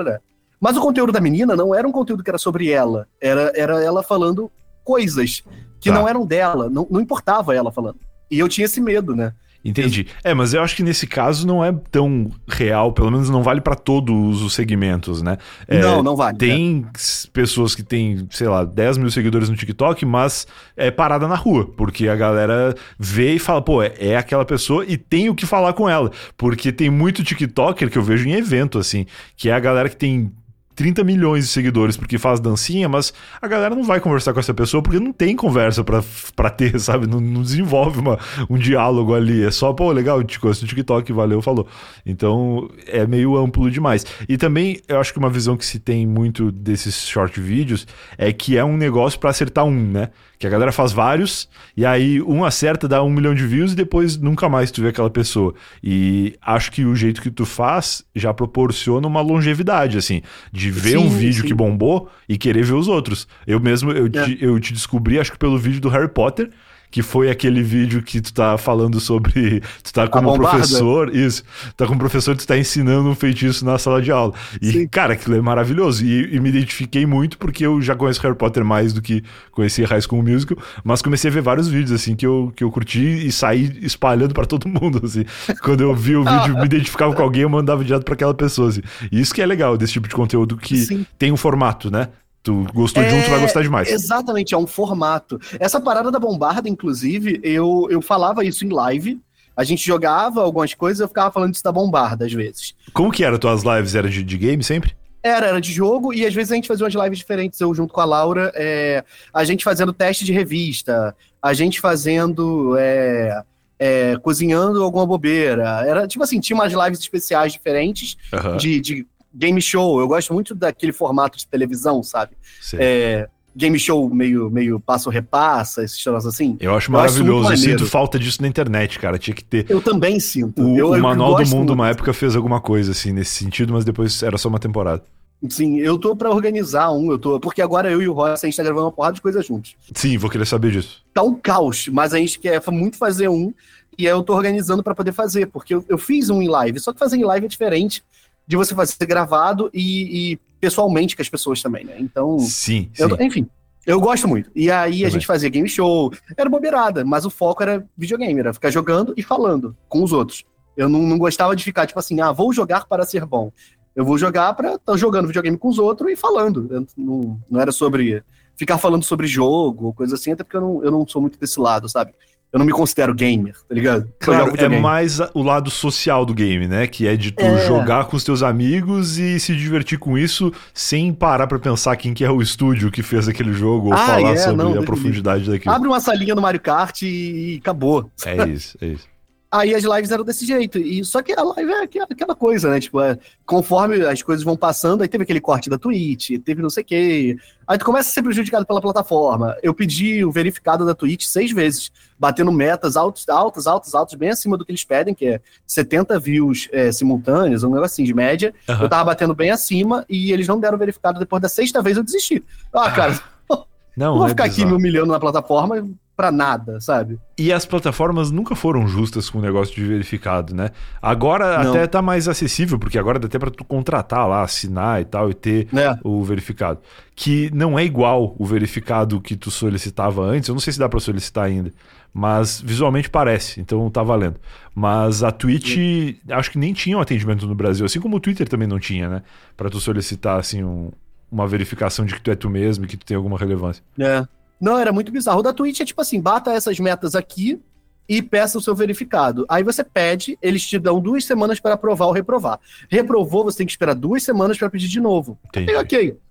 Mas o conteúdo da menina não era um conteúdo que era sobre ela, era, era ela falando coisas que tá. não eram dela, não, não importava ela falando. E eu tinha esse medo, né? Entendi. É, mas eu acho que nesse caso não é tão real, pelo menos não vale pra todos os segmentos, né? É, não, não vale. Tem é. pessoas que têm, sei lá, dez mil seguidores no TikTok, mas é parada na rua, porque a galera vê e fala, pô, é, é aquela pessoa e tem o que falar com ela, porque tem muito TikToker que eu vejo em evento, assim, que é a galera que tem trinta milhões de seguidores porque faz dancinha, mas a galera não vai conversar com essa pessoa porque não tem conversa pra, pra ter, sabe? Não, não desenvolve uma, um diálogo ali. É só, pô, legal, te conheço no TikTok, valeu, falou. Então, é meio amplo demais. E também, eu acho que uma visão que se tem muito desses short vídeos é que é um negócio pra acertar um, né? Que a galera faz vários, e aí um acerta, dá um milhão de views e depois nunca mais tu vê aquela pessoa. E acho que o jeito que tu faz já proporciona uma longevidade, assim, de ver sim, um vídeo sim. que bombou e querer ver os outros. Eu mesmo, eu, é. te, eu te descobri, acho que pelo vídeo do Harry Potter, que foi aquele vídeo que tu tá falando sobre... Tu tá como professor... Isso. Tá como professor, tu tá ensinando um feitiço na sala de aula. E, sim. cara, aquilo é maravilhoso. E, e me identifiquei muito porque eu já conheço Harry Potter mais do que conhecia High School Musical, mas comecei a ver vários vídeos, assim, que eu, que eu curti e saí espalhando pra todo mundo, assim. Quando eu vi o vídeo, me identificava com alguém, eu mandava direto pra aquela pessoa, assim. E isso que é legal desse tipo de conteúdo que sim. tem um formato, né? Tu gostou é, de um, tu vai gostar demais. Exatamente, é um formato. Essa parada da bombarda, inclusive, eu, eu falava isso em live. A gente jogava algumas coisas, eu ficava falando isso da bombarda, às vezes. Como que era tuas lives? Era de, de game sempre? Era, era de jogo, e às vezes a gente fazia umas lives diferentes, eu junto com a Laura, é, a gente fazendo teste de revista, a gente fazendo... É, é, cozinhando alguma bobeira. Era, tipo assim, tinha umas lives especiais diferentes uhum. de... de game show, eu gosto muito daquele formato de televisão, sabe? É, game show meio, meio passo-repassa, esses troços assim. Eu acho maravilhoso, eu, eu sinto falta disso na internet, cara, tinha que ter... Eu também sinto. O, eu, o eu, Manual eu do Mundo, muito. uma época, fez alguma coisa assim, nesse sentido, mas depois era só uma temporada. Sim, eu tô pra organizar um, eu tô... Porque agora eu e o Ross, a gente tá gravando uma porrada de coisa juntos. Sim, vou querer saber disso. Tá um caos, mas a gente quer muito fazer um, e eu tô organizando pra poder fazer, porque eu, eu fiz um em live, só que fazer em live é diferente de você fazer gravado e, e pessoalmente com as pessoas também, né? Então, sim, eu, sim. enfim, eu gosto muito. E aí também. A gente fazia game show, era bobeirada, mas o foco era videogame, era ficar jogando e falando com os outros. Eu não, não gostava de ficar tipo assim, ah, vou jogar para ser bom. Eu vou jogar para estar tá jogando videogame com os outros e falando. Eu não, não era sobre ficar falando sobre jogo ou coisa assim, até porque eu não, eu não sou muito desse lado, sabe? Eu não me considero gamer, tá ligado? Claro, é mais o lado social do game, né? Que é de tu é. jogar com os teus amigos e se divertir com isso sem parar pra pensar quem que é o estúdio que fez aquele jogo ou ah, falar é, sobre não, a profundidade daquilo. Abre uma salinha no Mario Kart e acabou. É isso, é isso. Aí as lives eram desse jeito, e só que a live é aquela coisa, né, tipo, é, conforme as coisas vão passando, aí teve aquele corte da Twitch, teve não sei o quê, aí tu começa a ser prejudicado pela plataforma. Eu pedi o verificado da Twitch seis vezes, batendo metas altas, altas, altas, altas, bem acima do que eles pedem, que é setenta views é, simultâneos, um negócio assim, de média. Uhum. Eu tava batendo bem acima, e eles não deram verificado. Depois da sexta vez eu desisti. Ah, cara, não, não vou ficar é aqui me humilhando na plataforma pra nada, sabe? E as plataformas nunca foram justas com o negócio de verificado, né? Agora não. Até tá mais acessível, porque agora dá até pra tu contratar lá, assinar e tal, e ter é. o verificado. Que não é igual o verificado que tu solicitava antes, eu não sei se dá pra solicitar ainda, mas visualmente parece, então tá valendo. Mas a Twitch, é. acho que nem tinha um atendimento no Brasil, assim como o Twitter também não tinha, né? Pra tu solicitar, assim, um, uma verificação de que tu é tu mesmo e que tu tem alguma relevância. É. Não, era muito bizarro. O da Twitch é tipo assim, bata essas metas aqui e peça o seu verificado. Aí você pede, eles te dão duas semanas para aprovar ou reprovar. Reprovou, você tem que esperar duas semanas para pedir de novo. Entendi. E, ok,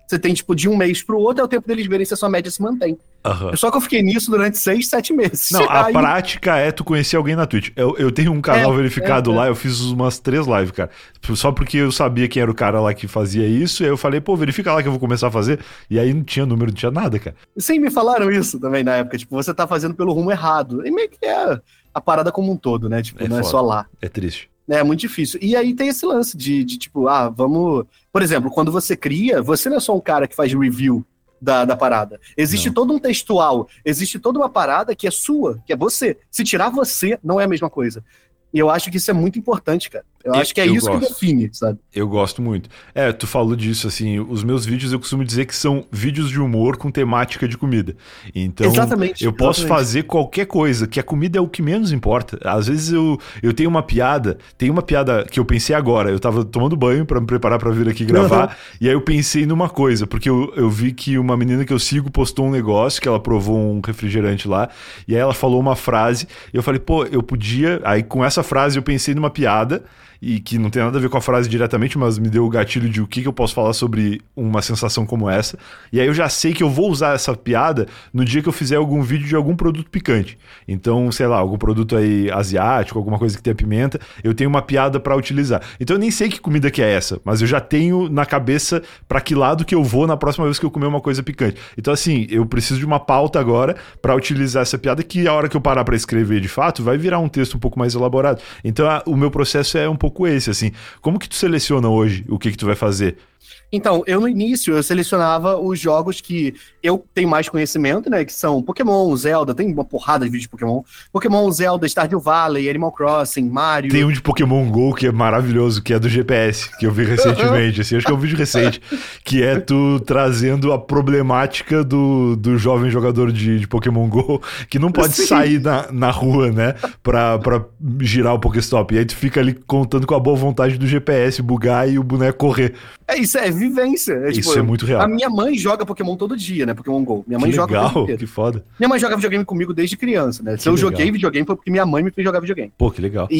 Você tem, tipo, de um mês pro outro, é o tempo deles verem se a sua média se mantém. Uhum. Só que eu fiquei nisso durante seis, sete meses. Não, a Aí... prática é tu conhecer alguém na Twitch. Eu, eu tenho um canal é, verificado é, lá, é. eu fiz umas três lives, cara. Só porque eu sabia quem era o cara lá que fazia isso, e aí eu falei, pô, verifica lá que eu vou começar a fazer. E aí não tinha número, não tinha nada, cara. Sim, me falaram isso também na época. Tipo, você tá fazendo pelo rumo errado. E meio que é a parada como um todo, né? Tipo, É não foda. é só lá. É triste. É muito difícil. E aí tem esse lance de, de tipo, ah, vamos... Por exemplo, quando você cria, você não é só um cara que faz review da, da parada. Existe Não. todo um textual, existe toda uma parada que é sua, que é você. Se tirar você, não é a mesma coisa. E eu acho que isso é muito importante, cara. Eu, eu acho que é isso gosto. que define, sabe? Eu gosto muito. É, tu falou disso, assim, os meus vídeos eu costumo dizer que são vídeos de humor com temática de comida. Então, exatamente, eu posso exatamente. fazer qualquer coisa, que a comida é o que menos importa. Às vezes eu, eu tenho uma piada, tem uma piada que eu pensei agora, eu tava tomando banho pra me preparar pra vir aqui gravar, uhum. E aí eu pensei numa coisa, porque eu, eu vi que uma menina que eu sigo postou um negócio, que ela provou um refrigerante lá, e aí ela falou uma frase, e eu falei, pô, eu podia... Aí com essa frase eu pensei numa piada, e que não tem nada a ver com a frase diretamente, mas me deu o gatilho de o que, que eu posso falar sobre uma sensação como essa. E aí eu já sei que eu vou usar essa piada no dia que eu fizer algum vídeo de algum produto picante. Então, sei lá, algum produto aí asiático, alguma coisa que tenha pimenta, eu tenho uma piada pra utilizar. Então eu nem sei que comida que é essa, mas eu já tenho na cabeça pra que lado que eu vou na próxima vez que eu comer uma coisa picante. Então assim, eu preciso de uma pauta agora pra utilizar essa piada que a hora que eu parar pra escrever de fato, vai virar um texto um pouco mais elaborado. Então a, o meu processo é um pouco esse, assim. Como que tu seleciona hoje o que que tu vai fazer? Então, eu no início, eu selecionava os jogos que eu tenho mais conhecimento, né, que são Pokémon, Zelda, tem uma porrada de vídeos de Pokémon. Pokémon, Zelda, Stardew Valley, Animal Crossing, Mario... Tem um de Pokémon GO que é maravilhoso, que é do G P S, que eu vi recentemente, assim, acho que é um vídeo recente, que é tu trazendo a problemática do, do jovem jogador de, de Pokémon GO, que não pode Sim. sair na, na rua, né, pra, pra girar o Pokéstop. E aí tu fica ali contando com a boa vontade do G P S bugar e o boneco correr. É isso, é vivência. É, isso tipo, é muito real. A minha mãe joga Pokémon todo dia, né? Pokémon GO. Minha mãe que joga legal, que foda. Minha mãe joga videogame comigo desde criança, né? Que Se eu legal. joguei videogame foi porque minha mãe me fez jogar videogame. Pô, que legal.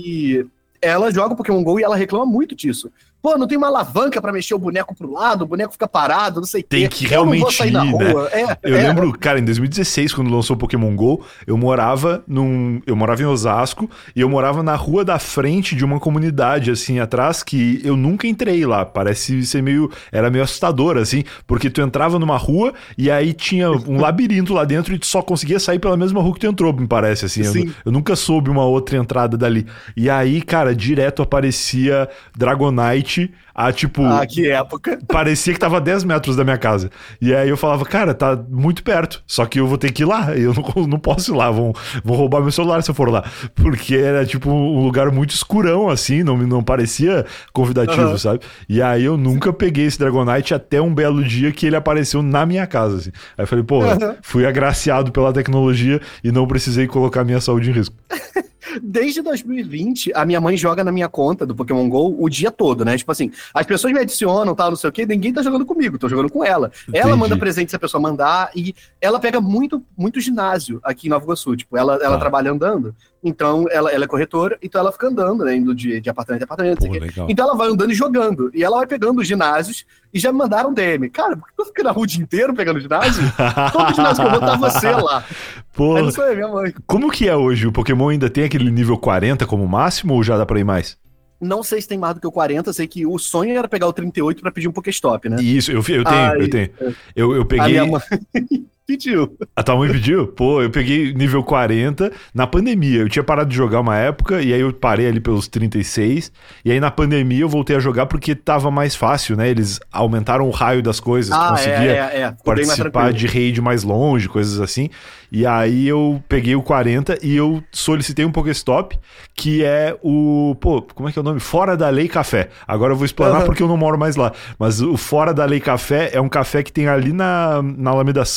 E ela joga Pokémon GO e ela reclama muito disso. Pô, não tem uma alavanca pra mexer o boneco pro lado, o boneco fica parado, não sei o quê. Tem que realmente eu não vou sair na ir, rua. né? É, eu é. lembro, cara, em dois mil e dezesseis, quando lançou o Pokémon GO, eu morava num... Eu morava em Osasco e eu morava na rua da frente de uma comunidade, assim, atrás, que eu nunca entrei lá. Parece ser meio... Era meio assustador, assim, porque tu entrava numa rua e aí tinha um labirinto lá dentro e tu só conseguia sair pela mesma rua que tu entrou, me parece, assim. Eu, eu nunca soube uma outra entrada dali. E aí, cara, direto aparecia Dragonite... A, tipo, ah, que época. Parecia que tava a dez metros da minha casa. E aí eu falava, cara, tá muito perto. Só que eu vou ter que ir lá. Eu não, não posso ir lá. Vão, vão roubar meu celular se eu for lá. Porque era, tipo, um lugar muito escurão, assim. Não, não parecia convidativo, uhum. sabe? E aí eu nunca peguei esse Dragonite até um belo dia que ele apareceu na minha casa, assim. Aí eu falei, pô, uhum. fui agraciado pela tecnologia e não precisei colocar minha saúde em risco. Desde dois mil e vinte, a minha mãe joga na minha conta do Pokémon GO o dia todo, né? Tipo assim, as pessoas me adicionam, tal, não sei o quê, ninguém tá jogando comigo, tô jogando com ela. Entendi. Ela manda presente se a pessoa mandar e ela pega muito, muito ginásio aqui em Nova Iguaçu. Tipo, ela, ela ah. trabalha andando, então ela, ela é corretora, então ela fica andando, né? Indo de, de apartamento em apartamento. Pô, legal. Então ela vai andando e jogando. E ela vai pegando os ginásios e já me mandaram D M. Cara, por que tu fica na rua o dia inteiro pegando ginásio? Todo ginásio que eu vou tá você lá. Pô, aí não sou eu, minha mãe. Como que é hoje? O Pokémon ainda tem aquele nível quarenta como máximo ou já dá pra ir mais? Não sei se tem mais do que o quarenta, sei que o sonho era pegar o trinta e oito pra pedir um Pokéstop, né? Isso, eu, eu tenho, Ai, eu tenho. Eu, eu peguei... A minha mãe pediu. A tua mãe pediu? Pô, eu peguei nível quarenta na pandemia. Eu tinha parado de jogar uma época e aí eu parei ali pelos trinta e seis. E aí na pandemia eu voltei a jogar porque tava mais fácil, né? Eles aumentaram o raio das coisas, ah, conseguia é, é, é. participar de raid mais longe, coisas assim. E aí eu peguei o quarenta e eu solicitei um Pokéstop, que é o... Pô, como é que é o nome? Fora da Lei Café. Agora eu vou explanar uhum. porque eu não moro mais lá. Mas o Fora da Lei Café é um café que tem ali na, na Alameda Santos,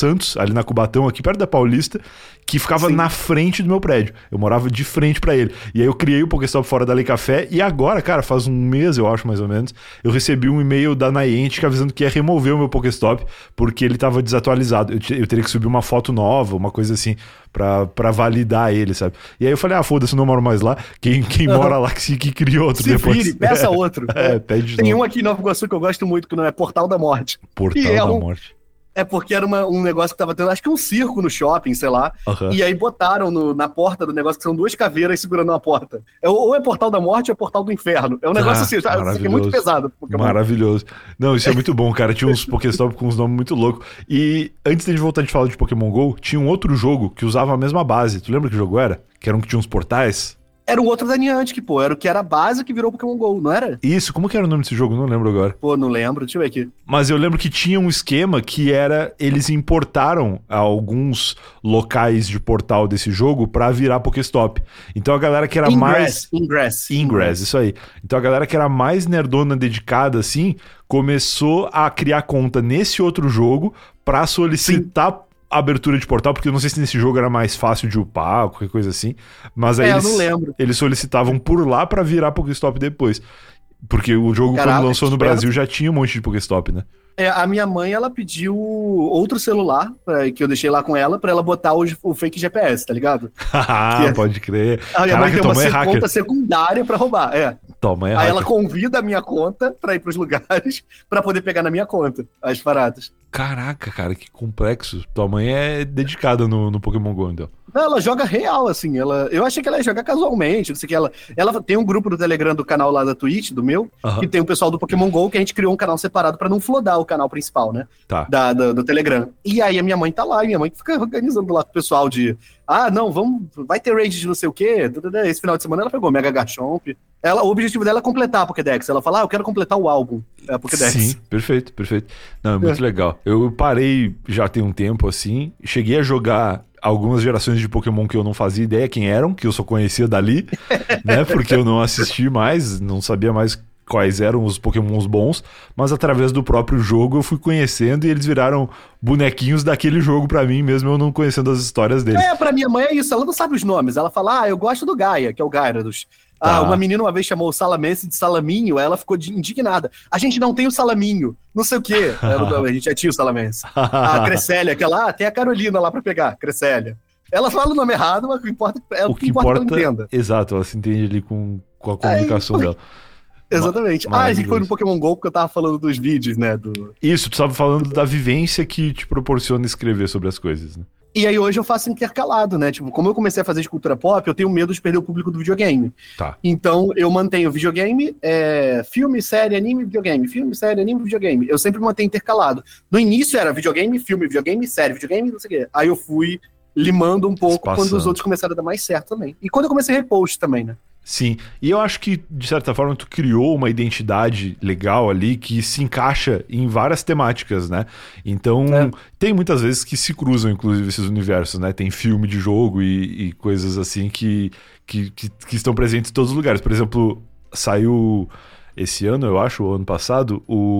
ali na Cubatão, aqui perto da Paulista, que ficava Sim. na frente do meu prédio. Eu morava de frente pra ele. E aí eu criei o Pokéstop fora da Lei Café, e agora, cara, faz um mês, eu acho, mais ou menos, eu recebi um e-mail da Niantic avisando que ia remover o meu Pokéstop, porque ele tava desatualizado. Eu, eu teria que subir uma foto nova, uma coisa assim, pra, pra validar ele, sabe? E aí eu falei, ah, foda-se, eu não moro mais lá. Quem, quem uhum. mora lá que, que criou outro Se depois. Vire, peça outro. É, pede de Tem novo. um aqui em Nova Iguaçu que eu gosto muito, que não é Portal da Morte. Portal é da um... Morte. É porque era uma, um negócio que tava tendo, acho que um circo no shopping, sei lá. Uhum. E aí botaram no, na porta do negócio que são duas caveiras segurando uma porta. É, ou é Portal da Morte ou é Portal do Inferno. É um negócio ah, assim, isso aqui é muito pesado. Maravilhoso. Não, isso é muito bom, cara. Tinha uns Pokéstop com uns nomes muito loucos. E antes de a gente voltar de falar de Pokémon GO, tinha um outro jogo que usava a mesma base. Tu lembra que jogo era? Que era um que tinha uns portais? Era o outro da Niantic, pô. Era o que era a base que virou Pokémon GO, não era? Isso, como que era o nome desse jogo? Não lembro agora. Pô, não lembro. Deixa eu ver aqui. Mas eu lembro que tinha um esquema que era... Eles importaram alguns locais de portal desse jogo pra virar Pokéstop. Então a galera que era Ingress, mais... Ingress. Ingress, isso aí. Então a galera que era mais nerdona dedicada, assim, começou a criar conta nesse outro jogo pra solicitar... Sim. abertura de portal, porque eu não sei se nesse jogo era mais fácil de upar, qualquer coisa assim, mas aí é, eles, eu não lembro. eles solicitavam por lá pra virar Pokéstop depois, porque o jogo Caraca, quando lançou no Brasil já tinha um monte de Pokéstop, né? É, a minha mãe, ela pediu outro celular, pra, que eu deixei lá com ela, pra ela botar o, o fake G P S, tá ligado? Ah, é... pode crer. A minha Caraca, mãe tem uma é conta hacker. secundária pra roubar, é. Toma, é Aí hacker. ela convida a minha conta pra ir pros lugares pra poder pegar na minha conta as paradas. Caraca, cara, que complexo. Tua mãe é dedicada no, no Pokémon GO, então. Não, ela joga real, assim. Ela, eu achei que ela ia jogar casualmente. Não sei o que. Ela, ela tem um grupo do Telegram do canal lá da Twitch, do meu, uhum. que tem o pessoal do Pokémon GO, que a gente criou um canal separado pra não flodar o canal principal, né? Tá. Da, da, do Telegram. E aí a minha mãe tá lá, e minha mãe fica organizando lá com o pessoal de... Ah, não, vamos... Vai ter raid de não sei o quê. Esse final de semana ela pegou Mega Garchomp. Ela, o objetivo dela é completar a Pokédex. Ela fala, ah, eu quero completar o álbum. É a Pokédex. Sim, perfeito, perfeito. Não, é muito é. legal. Eu parei já tem um tempo, assim. Cheguei a jogar algumas gerações de Pokémon que eu não fazia ideia quem eram, que eu só conhecia dali, né? Porque eu não assisti mais, não sabia mais quais eram os Pokémons bons, mas através do próprio jogo eu fui conhecendo e eles viraram bonequinhos daquele jogo pra mim, mesmo eu não conhecendo as histórias deles. É, pra minha mãe é isso, ela não sabe os nomes, ela fala, ah, eu gosto do Gaia, que é o Gyarados. Ah, uma menina uma vez chamou o Salamence de Salaminho, ela ficou indignada. A gente não tem o Salaminho, não sei o quê. A gente já tinha o Salamence. A Cresselia, que ela, ah, tem a Carolina lá pra pegar, Cresselia. Ela fala o nome errado, mas o que importa é o, o que, que importa, importa é que ela entenda. Exato, ela se entende ali com, com a comunicação Aí, dela. Exatamente. Ah, a gente foi no Pokémon GO porque eu tava falando dos vídeos, né? Do... Isso, tu estava falando da vivência que te proporciona escrever sobre as coisas, né? E aí hoje eu faço intercalado, né? Tipo, como eu comecei a fazer de cultura pop, eu tenho medo de perder o público do videogame. Tá. Então eu mantenho videogame, é, filme, série, anime, videogame. Filme, série, anime, videogame. Eu sempre mantenho intercalado. No início era videogame, filme, videogame, série, videogame, não sei o quê. Aí eu fui limando um pouco Espaçando. Quando os outros começaram a dar mais certo também. E quando eu comecei a repost também, né? Sim, e eu acho que, de certa forma, tu criou uma identidade legal ali que se encaixa em várias temáticas, né? Então, é. tem muitas vezes que se cruzam, inclusive, esses universos, né? Tem filme de jogo e, e coisas assim que, que, que, que estão presentes em todos os lugares. Por exemplo, saiu esse ano, eu acho, ou ano passado,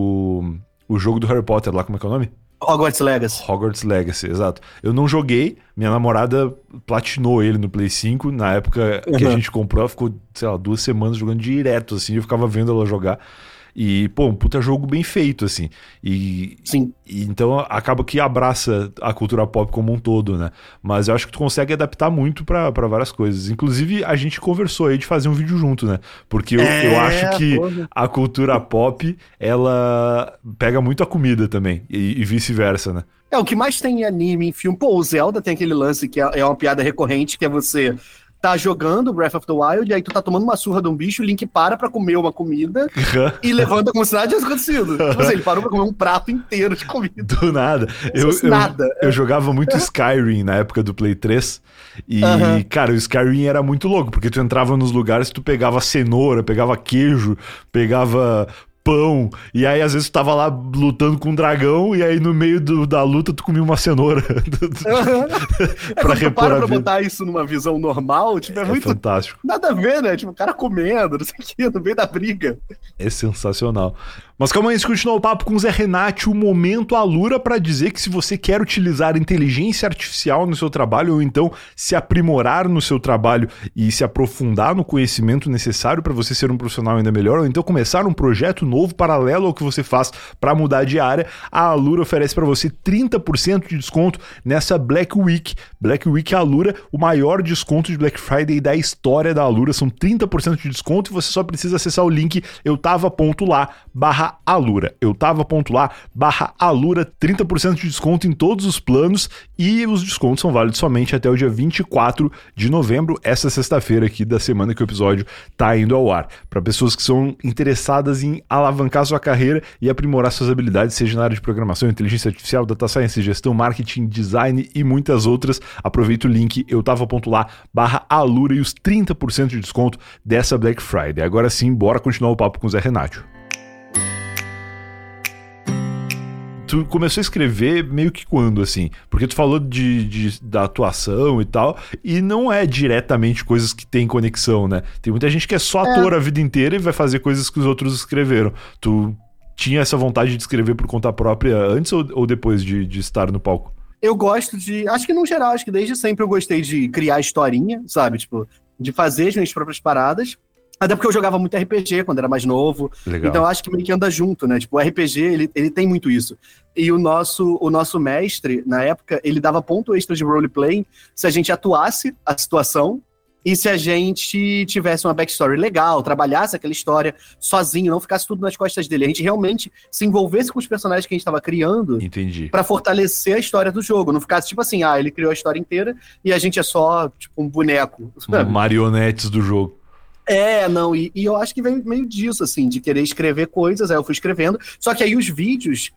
o, o jogo do Harry Potter lá, como é que é o nome? Hogwarts Legacy. Hogwarts Legacy, exato. Eu não joguei, minha namorada platinou ele no Play cinco, na época uhum. que a gente comprou, ela ficou, sei lá, duas semanas jogando direto, assim, eu ficava vendo ela jogar. E, pô, um puta jogo bem feito, assim. E, Sim. E, então acaba que abraça a cultura pop como um todo, né? Mas eu acho que tu consegue adaptar muito pra, pra várias coisas. Inclusive, a gente conversou aí de fazer um vídeo junto, né? Porque eu, é, eu acho que porra. a cultura pop, ela pega muito a comida também. E, e vice-versa, né? É, o que mais tem em anime, em filme... Pô, o Zelda tem aquele lance que é, é uma piada recorrente, que é você... tá jogando Breath of the Wild, e aí tu tá tomando uma surra de um bicho, o Link para pra comer uma comida e levanta como se nada tivesse acontecido. Tipo assim, ele parou pra comer um prato inteiro de comida. Do nada. Eu, eu, nada. eu jogava muito Skyrim na época do Play três e, uh-huh. cara, o Skyrim era muito louco, porque tu entrava nos lugares, tu pegava cenoura, pegava queijo, pegava... pão, e aí às vezes tu tava lá lutando com um dragão, e aí no meio do, da luta tu comia uma cenoura. É, pra repor para pra botar isso numa visão normal, tipo, é, é muito... fantástico. Nada a ver, né? Tipo, o cara comendo, não sei o que, no meio da briga. É sensacional. Mas calma aí, antes de continuar o papo com o Zé Renati, o momento Alura para dizer que se você quer utilizar inteligência artificial no seu trabalho ou então se aprimorar no seu trabalho e se aprofundar no conhecimento necessário para você ser um profissional ainda melhor ou então começar um projeto novo paralelo ao que você faz para mudar de área, a Alura oferece para você trinta por cento de desconto nessa Black Week. Black Week Alura, o maior desconto de Black Friday da história da Alura, são trinta por cento de desconto e você só precisa acessar o link eutava.lá barra Alura, eutava.lá barra Alura, trinta por cento de desconto em todos os planos e os descontos são válidos somente até o dia vinte e quatro de novembro, essa sexta-feira aqui da semana que o episódio tá indo ao ar. Para pessoas que são interessadas em alavancar sua carreira e aprimorar suas habilidades, seja na área de programação, inteligência artificial, data science, gestão, marketing, design e muitas outras, aproveita o link eutava.lá barra Alura e os trinta por cento de desconto dessa Black Friday. Agora sim, bora continuar o papo com o Zé Renati. Tu começou a escrever meio que quando, assim? Porque tu falou de, de, da atuação e tal, e não é diretamente coisas que tem conexão, né? Tem muita gente que é só ator é. a vida inteira e vai fazer coisas que os outros escreveram. Tu tinha essa vontade de escrever por conta própria antes ou, ou depois de, de estar no palco? Eu gosto de... Acho que no geral, acho que desde sempre eu gostei de criar historinha, sabe? Tipo, de fazer as minhas próprias paradas. Até porque eu jogava muito R P G quando era mais novo. Legal. Então eu acho que meio que anda junto, né? Tipo, o R P G, ele, ele tem muito isso. E o nosso, o nosso mestre, na época, ele dava ponto extra de roleplay se a gente atuasse a situação e se a gente tivesse uma backstory legal, trabalhasse aquela história sozinho, não ficasse tudo nas costas dele. A gente realmente se envolvesse com os personagens que a gente estava criando. Entendi. Pra fortalecer a história do jogo. Não ficasse tipo assim, ah, ele criou a história inteira e a gente é só, tipo, um boneco. Sabe? Marionetes do jogo. É, não, e, e eu acho que vem meio disso, assim, de querer escrever coisas, aí eu fui escrevendo, só que aí os vídeos,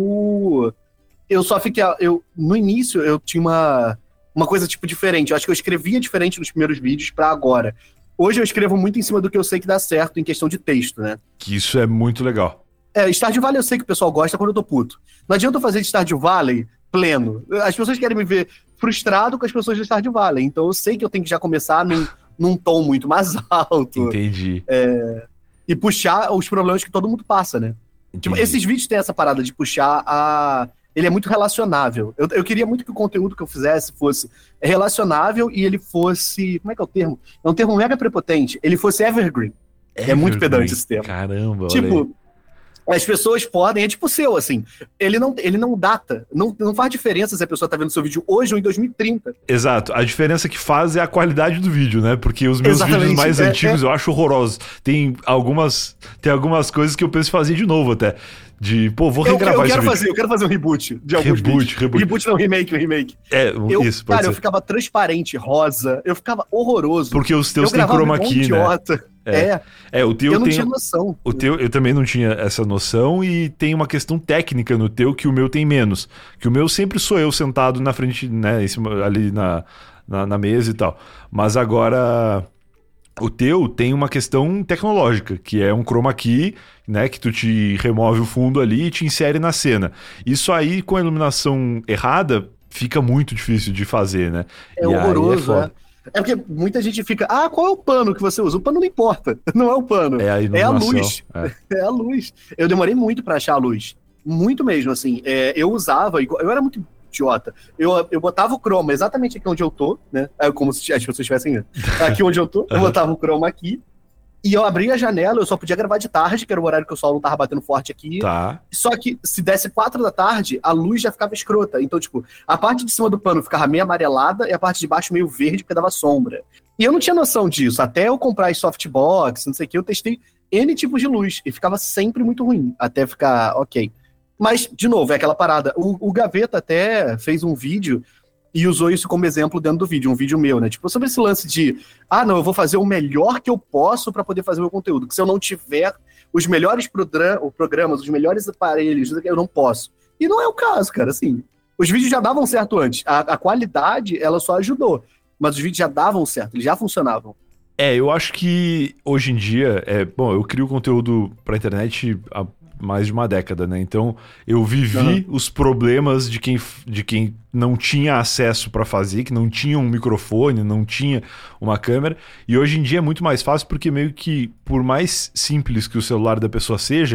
eu eu só fiquei, eu, no início eu tinha uma, uma coisa, tipo, diferente, eu acho que eu escrevia diferente nos primeiros vídeos pra agora. Hoje eu escrevo muito em cima do que eu sei que dá certo em questão de texto, né? Que isso é muito legal. É, Stardew Valley eu sei que o pessoal gosta quando eu tô puto. Não adianta eu fazer de Stardew Valley pleno, as pessoas querem me ver frustrado com as pessoas de Stardew Valley, então eu sei que eu tenho que já começar num... num tom muito mais alto. Entendi. É, e puxar os problemas que todo mundo passa, né? Tipo, esses vídeos têm essa parada de puxar a... Ele é muito relacionável. Eu, eu queria muito que o conteúdo que eu fizesse fosse relacionável e ele fosse... Como é que é o termo? É um termo mega prepotente. Ele fosse evergreen. evergreen. É muito pedante esse termo. Caramba, tipo, olha aí. As pessoas podem, é tipo o seu, assim, ele não, ele não data, não, não faz diferença se a pessoa tá vendo seu vídeo hoje ou em dois mil e trinta. Exato, a diferença que faz é a qualidade do vídeo, né? Porque os meus Exatamente. vídeos mais é, antigos é... eu acho horrorosos. Tem algumas, tem algumas coisas que eu penso em fazer de novo até. De, pô, vou regravar eu, eu esse quero vídeo. fazer, Eu quero fazer um reboot de alguns reboot, vídeos. Reboot, reboot. não, remake, um remake. É, eu, isso, pode Cara, ser. eu ficava transparente, rosa, eu ficava horroroso. Porque os teus têm chroma key, né? Idiota. É. É. é, o teu eu não tem, tinha noção. O teu, eu também não tinha essa noção e tem uma questão técnica no teu que o meu tem menos. Que o meu sempre sou eu sentado na frente, né, em cima, ali na, na, na mesa e tal. Mas agora... O teu tem uma questão tecnológica, que é um chroma key, né, que tu te remove o fundo ali e te insere na cena. Isso aí, com a iluminação errada, fica muito difícil de fazer, né? É e horroroso, é, é porque muita gente fica, ah, qual é o pano que você usa? O pano não importa, não é o pano, é a, é a luz. É. é a luz. Eu demorei muito pra achar a luz, muito mesmo, assim. É, eu usava, eu era muito... idiota. Eu, eu botava o chroma exatamente aqui onde eu tô, né? É como se as pessoas estivessem aqui onde eu tô. Eu botava o chroma aqui. E eu abria a janela, eu só podia gravar de tarde, que era o horário que o sol não tava batendo forte aqui. Tá. Só que se desse quatro da tarde, a luz já ficava escrota. Então, tipo, a parte de cima do pano ficava meio amarelada e a parte de baixo meio verde, porque dava sombra. E eu não tinha noção disso. Até eu comprar as softbox, não sei o que, eu testei N tipos de luz. E ficava sempre muito ruim, até ficar ok. Mas, de novo, é aquela parada. O, o Gaveta até fez um vídeo e usou isso como exemplo dentro do vídeo, um vídeo meu, né? Tipo, sobre esse lance de, ah, não, eu vou fazer o melhor que eu posso para poder fazer o meu conteúdo. Que se eu não tiver os melhores programas, os melhores aparelhos, eu não posso. E não é o caso, cara, assim. Os vídeos já davam certo antes. A, a qualidade, ela só ajudou. Mas os vídeos já davam certo, eles já funcionavam. É, eu acho que hoje em dia, é, bom, eu crio conteúdo pra internet há mais de uma década, né? Então eu vivi uhum. os problemas de quem, de quem não tinha acesso para fazer, que não tinha um microfone, não tinha uma câmera. E hoje em dia é muito mais fácil porque meio que, por mais simples que o celular da pessoa seja,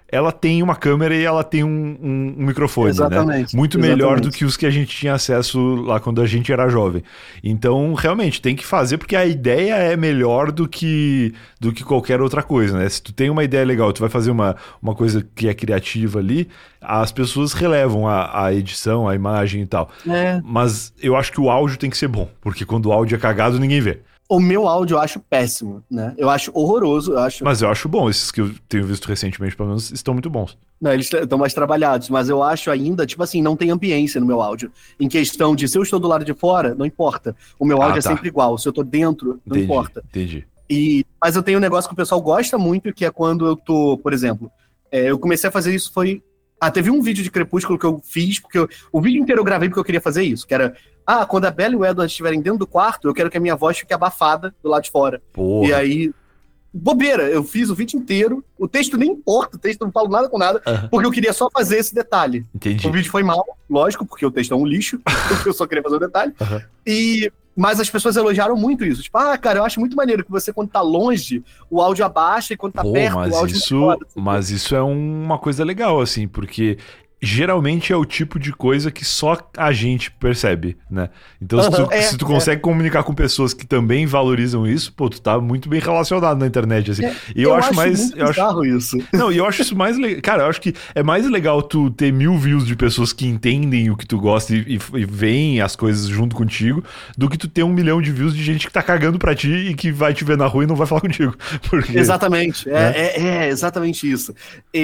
ela tem uma câmera e ela tem um, um, um microfone, Exatamente. né? Muito Exatamente. melhor do que os que a gente tinha acesso lá quando a gente era jovem. Então, realmente, tem que fazer porque a ideia é melhor do que, do que qualquer outra coisa, né? Se tu tem uma ideia legal, tu vai fazer uma, uma coisa que é criativa ali, as pessoas relevam a, a edição, a imagem e tal. É. Mas eu acho que o áudio tem que ser bom, porque quando o áudio é cagado, ninguém vê. O meu áudio eu acho péssimo, né? Eu acho horroroso, eu acho... Mas eu acho bom, esses que eu tenho visto recentemente, pelo menos, estão muito bons. Não, eles estão mais trabalhados, mas eu acho ainda, tipo assim, não tem ambiência no meu áudio. Em questão de, se eu estou do lado de fora, não importa. O meu áudio Ah, é tá. sempre igual. Se eu tô dentro, não Entendi, importa. entendi. E, mas eu tenho um negócio que o pessoal gosta muito, que é quando eu tô, por exemplo, é, eu comecei a fazer isso, foi... Ah, teve um vídeo de Crepúsculo que eu fiz, porque eu, o vídeo inteiro eu gravei porque eu queria fazer isso, que era, ah, quando a Bella e o Edward estiverem dentro do quarto, eu quero que a minha voz fique abafada do lado de fora. Porra. E aí, bobeira, eu fiz o vídeo inteiro, o texto nem importa, o texto não falo nada com nada, Aham. porque eu queria só fazer esse detalhe. Entendi. O vídeo foi mal, lógico, porque o texto é um lixo, eu só queria fazer o detalhe. Aham. E... Mas as pessoas elogiaram muito isso. Tipo, ah, cara, eu acho muito maneiro que você, quando tá longe, o áudio abaixa e quando tá Pô, perto, mas o áudio isso, melhora, assim. mas isso é uma coisa legal, assim, porque geralmente é o tipo de coisa que só a gente percebe, né? Então, se tu, Uhum, é, se tu é. consegue comunicar com pessoas que também valorizam isso, pô, tu tá muito bem relacionado na internet, assim. É, E eu, acho mais... muito eu acho, bizarro isso. não, e eu acho isso mais legal. Cara, eu acho que é mais legal tu ter mil views de pessoas que entendem o que tu gosta e, e, e veem as coisas junto contigo, do que tu ter um milhão de views de gente que tá cagando pra ti e que vai te ver na rua e não vai falar contigo. Porque... Exatamente, é, Né? é, é exatamente isso.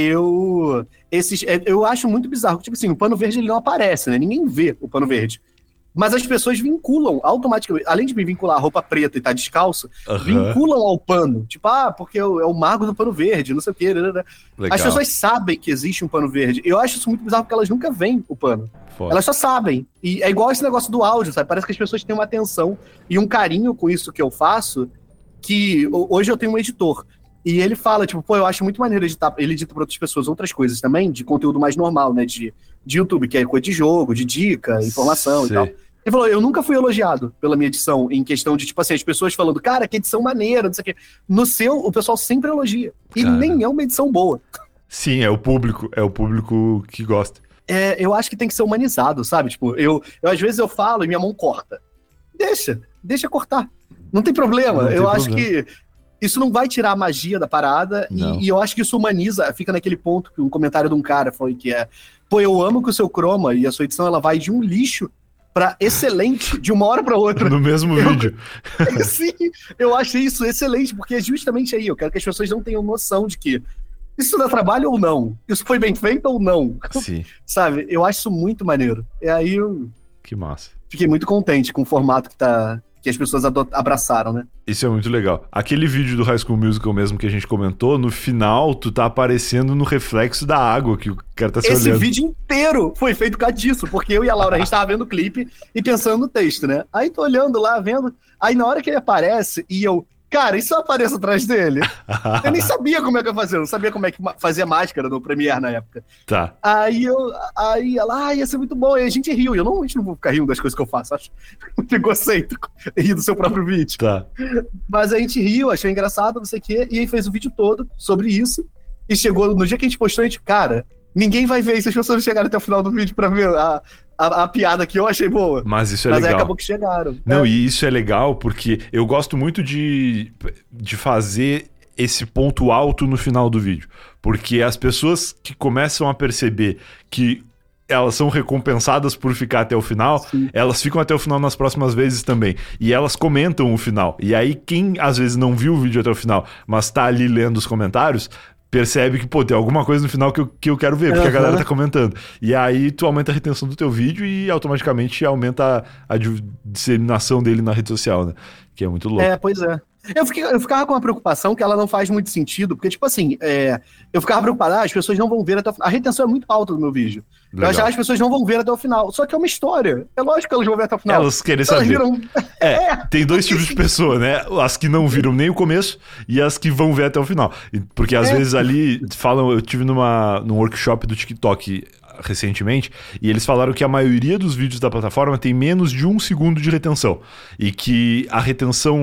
Eu, esses, é, eu acho muito bizarro, tipo assim, o pano verde ele não aparece, né? Ninguém vê o pano verde. Mas as pessoas vinculam automaticamente, além de me vincular a roupa preta e estar descalço, Aham. vinculam ao pano. Tipo, ah, porque é o, é o mago do pano verde, não sei o quê. né, né, né. Legal. As pessoas sabem que existe um pano verde. Eu acho isso muito bizarro porque elas nunca veem o pano. Foda. Elas só sabem. E é igual esse negócio do áudio, sabe? Parece que as pessoas têm uma atenção e um carinho com isso que eu faço, que ho- hoje eu tenho um editor. E ele fala, tipo, pô, eu acho muito maneiro editar. Ele edita para outras pessoas outras coisas também, de conteúdo mais normal, né? De, de YouTube, que é coisa de jogo, de dica, informação Sei. e tal. Ele falou, eu nunca fui elogiado pela minha edição, em questão de, tipo assim, as pessoas falando, cara, que edição maneira, não sei o quê. No seu, o pessoal sempre elogia. E Cara. nem é uma edição boa. Sim, é o público, é o público que gosta. É, eu acho que tem que ser humanizado, sabe? Tipo, eu, eu às vezes eu falo e minha mão corta. Deixa, deixa cortar. Não tem problema. Não tem eu acho problema. que isso não vai tirar a magia da parada Não. e, e eu acho que isso humaniza, fica naquele ponto que um comentário de um cara foi que é, pô, eu amo que o seu chroma e a sua edição ela vai de um lixo pra excelente de uma hora pra outra. No mesmo Eu- vídeo. Sim, eu achei isso excelente, porque é justamente aí, eu quero que as pessoas não tenham noção de que isso dá trabalho ou não, isso foi bem feito ou não, Sim, sabe? Eu acho isso muito maneiro. E aí eu que massa. fiquei muito contente com o formato que, tá, que as pessoas ado- abraçaram, né? Isso é muito legal. Aquele vídeo do High School Musical mesmo que a gente comentou, no final tu tá aparecendo no reflexo da água que o cara tá se Esse olhando. vídeo inteiro foi feito por causa disso, porque eu e a Laura, a gente tava vendo o clipe e pensando no texto, né? Aí tô olhando lá, vendo, aí na hora que ele aparece e eu, cara, e se eu apareço atrás dele? Eu nem sabia como é que eu fazia, eu não sabia como é que ma- fazia máscara no Premiere na época. Tá. Aí eu, aí ela, ah, ia ser muito bom, e a gente riu, e eu normalmente não vou ficar rindo das coisas que eu faço, acho muito egocêntrico, rir do seu próprio vídeo. Tá. Mas a gente riu, achou engraçado, não sei o quê, e aí fez o vídeo todo sobre isso. E chegou no dia que a gente postou, a gente, cara, ninguém vai ver isso, as pessoas chegaram até o final do vídeo pra ver a, a, a piada que eu achei boa. Mas isso é Mas aí legal. acabou que chegaram. Não, É. e isso é legal porque eu gosto muito de, de fazer esse ponto alto no final do vídeo. Porque as pessoas que começam a perceber que elas são recompensadas por ficar até o final, Sim. elas ficam até o final nas próximas vezes também. E elas comentam o final. E aí quem às vezes não viu o vídeo até o final, mas tá ali lendo os comentários, percebe que, pô, tem alguma coisa no final que eu, que eu quero ver, porque a Aham. galera tá comentando. E aí tu aumenta a retenção do teu vídeo e automaticamente aumenta a, a di- disseminação dele na rede social, né? Que é muito louco. É, pois é. Eu, fiquei, eu ficava com uma preocupação que ela não faz muito sentido, porque, tipo assim, é, eu ficava preocupado, ah, as pessoas não vão ver até o final. A retenção é muito alta do meu vídeo. Eu Legal. achava que as pessoas não vão ver até o final. Só que é uma história. É lógico que elas vão ver até o final. Elas querem Se elas saber. viram... É, tem dois tipos de pessoa, né? As que não viram nem o começo e as que vão ver até o final. E- Porque às É. vezes ali falam, eu tive numa, num workshop do TikTok recentemente e eles falaram que a maioria dos vídeos da plataforma tem menos de um segundo de retenção e que a retenção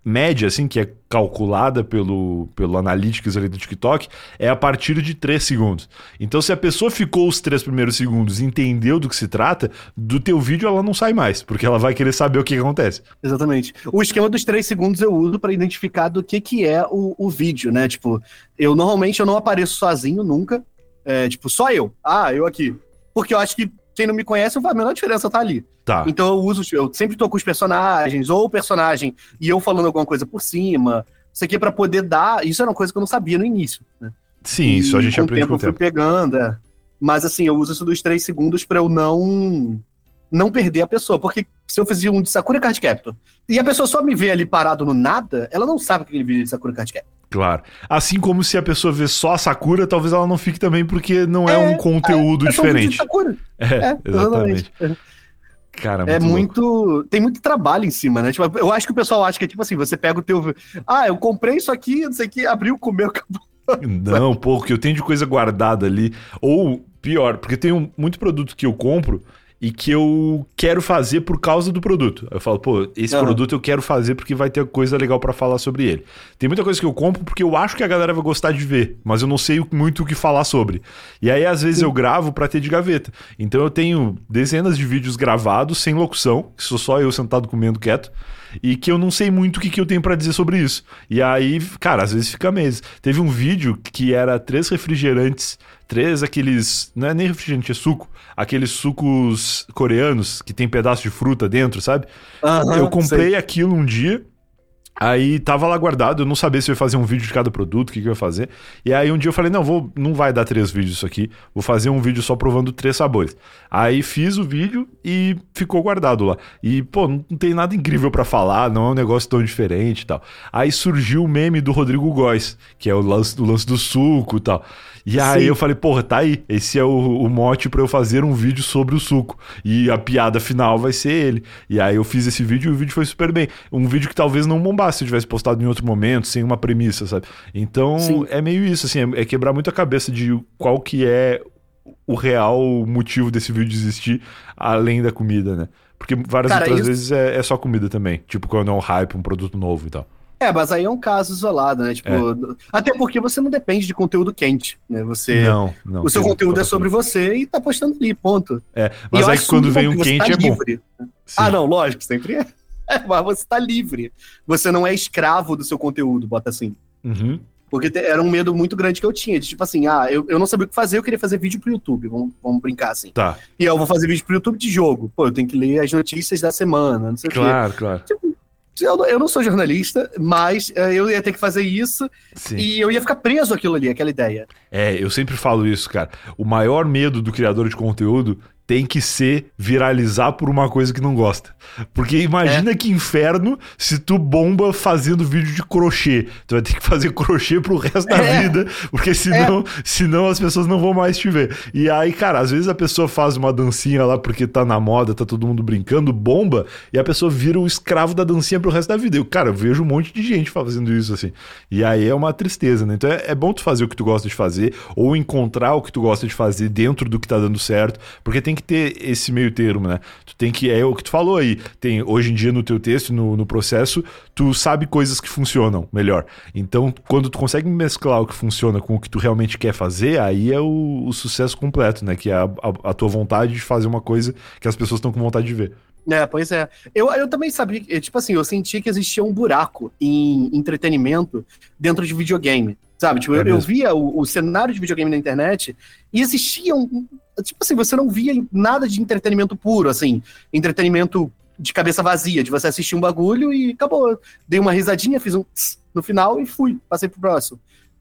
média, assim, que é calculada pelo, pelo Analytics ali do TikTok, é a partir de três segundos. Então, se a pessoa ficou os três primeiros segundos e entendeu do que se trata, do teu vídeo ela não sai mais, porque ela vai querer saber o que, que acontece. Exatamente. O esquema dos três segundos eu uso para identificar do que, que é o, o vídeo, né? Tipo, eu normalmente eu não apareço sozinho nunca. É, tipo, só eu. Ah, eu aqui. Porque eu acho que quem não me conhece, a menor diferença tá ali. Tá. Então eu uso, eu sempre tô com os personagens, ou o personagem e eu falando alguma coisa por cima. Isso aqui é pra poder dar. Isso era uma coisa que eu não sabia no início, né? Sim, e isso a gente com aprende o tempo. com o tempo. Eu fui pegando, é. Mas assim, eu uso isso dos três segundos pra eu não não perder a pessoa. Porque se eu fizer um de Sakura Card Captor e a pessoa só me vê ali parado no nada, ela não sabe aquele vídeo de Sakura Card Captor. Claro. Assim como se a pessoa vê só a Sakura, talvez ela não fique também, porque não é, é um conteúdo é, é diferente. Um de Sakura. É, é, exatamente. exatamente. Cara, muito é muito. louco. Tem muito trabalho em cima, né? Tipo, eu acho que o pessoal acha que é tipo assim: você pega o teu. Ah, eu comprei isso aqui, não sei o que, abriu, comeu, acabou. Não, pô, que eu tenho de coisa guardada ali. Ou pior, porque tem um, muito produto que eu compro e que eu quero fazer por causa do produto. Eu falo, pô, esse uhum. produto eu quero fazer porque vai ter coisa legal pra falar sobre ele. Tem muita coisa que eu compro porque eu acho que a galera vai gostar de ver, mas eu não sei muito o que falar sobre. E aí, às vezes, Sim. eu gravo pra ter de gaveta. Então eu tenho dezenas de vídeos gravados sem locução, que sou só eu sentado comendo quieto, e que eu não sei muito o que, que eu tenho pra dizer sobre isso. E aí, cara, às vezes fica meses. Teve um vídeo que era três refrigerantes, três aqueles... Não é nem refrigerante, é suco. Aqueles sucos coreanos que tem pedaço de fruta dentro, sabe? Uhum, eu comprei sei. aquilo um dia... Aí tava lá guardado, eu não sabia se eu ia fazer um vídeo de cada produto, o que, que eu ia fazer. E aí um dia eu falei, não, vou, não vai dar três vídeos isso aqui, vou fazer um vídeo só provando três sabores. Aí fiz o vídeo e ficou guardado lá. E, pô, não tem nada incrível pra falar, não é um negócio tão diferente e tal. Aí surgiu o meme do Rodrigo Góes, que é o lance, o lance do suco e tal. E aí Sim. eu falei, porra, tá aí, esse é o, o mote pra eu fazer um vídeo sobre o suco. E a piada final vai ser ele. E aí eu fiz esse vídeo e o vídeo foi super bem. Um vídeo que talvez não bombasse se eu tivesse postado em outro momento, sem uma premissa, sabe? Então Sim. é meio isso, assim, é, é quebrar muito a cabeça de qual que é o real motivo desse vídeo existir, além da comida, né? Porque várias Cara, outras isso... vezes é, é só comida também. Tipo, quando é um hype, um produto novo e tal. É, mas aí é um caso isolado, né? Tipo, é. Até porque você não depende de conteúdo quente, né? Você, não, não. O seu conteúdo é sobre você e tá postando ali, ponto. É, mas aí quando vem um quente tá é livre. bom. Ah, não, lógico, sempre é. é. Mas você tá livre. Você não é escravo do seu conteúdo, bota assim. Uhum. Porque te, era um medo muito grande que eu tinha. De tipo assim, ah, eu, eu não sabia o que fazer, eu queria fazer vídeo pro YouTube. Vamos, vamos brincar assim. Tá. E eu vou fazer vídeo pro YouTube de jogo. Pô, eu tenho que ler as notícias da semana, não sei claro, o quê. Claro, claro. Tipo, Eu, eu não sou jornalista, mas uh, eu ia ter que fazer isso Sim. e eu ia ficar preso àquilo ali, aquela ideia. É, eu sempre falo isso, cara. O maior medo do criador de conteúdo tem que ser viralizar por uma coisa que não gosta. Porque imagina é. que inferno se tu bomba fazendo vídeo de crochê. Tu vai ter que fazer crochê pro resto da é. vida, porque senão, é. senão as pessoas não vão mais te ver. E aí, cara, às vezes a pessoa faz uma dancinha lá porque tá na moda, tá todo mundo brincando, bomba, e a pessoa vira o escravo da dancinha pro resto da vida. Eu, cara, eu vejo um monte de gente fazendo isso, assim. E aí é uma tristeza, né? Então é, é bom tu fazer o que tu gosta de fazer, ou encontrar o que tu gosta de fazer dentro do que tá dando certo, porque tem que ter esse meio termo, né? Tu tem que, é o que tu falou aí, tem, hoje em dia no teu texto, no, no processo, tu sabe coisas que funcionam melhor. Então, quando tu consegue mesclar o que funciona com o que tu realmente quer fazer, aí é o, o sucesso completo, né? Que é a, a, a tua vontade de fazer uma coisa que as pessoas estão com vontade de ver. É, pois é. Eu, eu também sabia, tipo assim, eu senti que existia um buraco em entretenimento dentro de videogame. Sabe, tipo, é eu, eu via o, o cenário de videogame na internet e existia um... Tipo assim, você não via nada de entretenimento puro, assim, entretenimento de cabeça vazia, de você assistir um bagulho e acabou. Dei uma risadinha, fiz um tss no final e fui, passei pro próximo.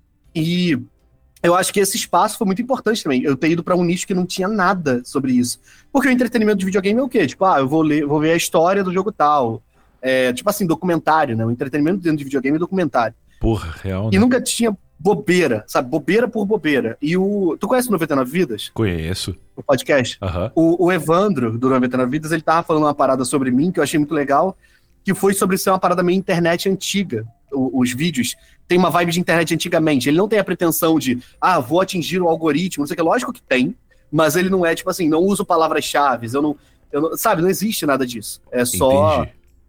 E eu acho que esse espaço foi muito importante também, eu ter ido pra um nicho que não tinha nada sobre isso. Porque o entretenimento de videogame é o quê? Tipo, ah, eu vou ler, vou ver a história do jogo tal. É, tipo assim, documentário, né? O entretenimento dentro de videogame é documentário. Porra, real, né? E nunca tinha bobeira, sabe? Bobeira por bobeira. E o... Tu conhece o noventa e nove Vidas? Conheço. O podcast? Uhum. O, o Evandro, do noventa e nove Vidas, ele tava falando uma parada sobre mim, que eu achei muito legal, que foi sobre ser uma parada meio internet antiga. O, os vídeos tem uma vibe de internet antigamente. Ele não tem a pretensão de, ah, vou atingir o algoritmo, não sei o que. Lógico que tem, mas ele não é, tipo assim, não uso palavras-chave, eu não, eu não... Sabe, não existe nada disso. É só... Entendi.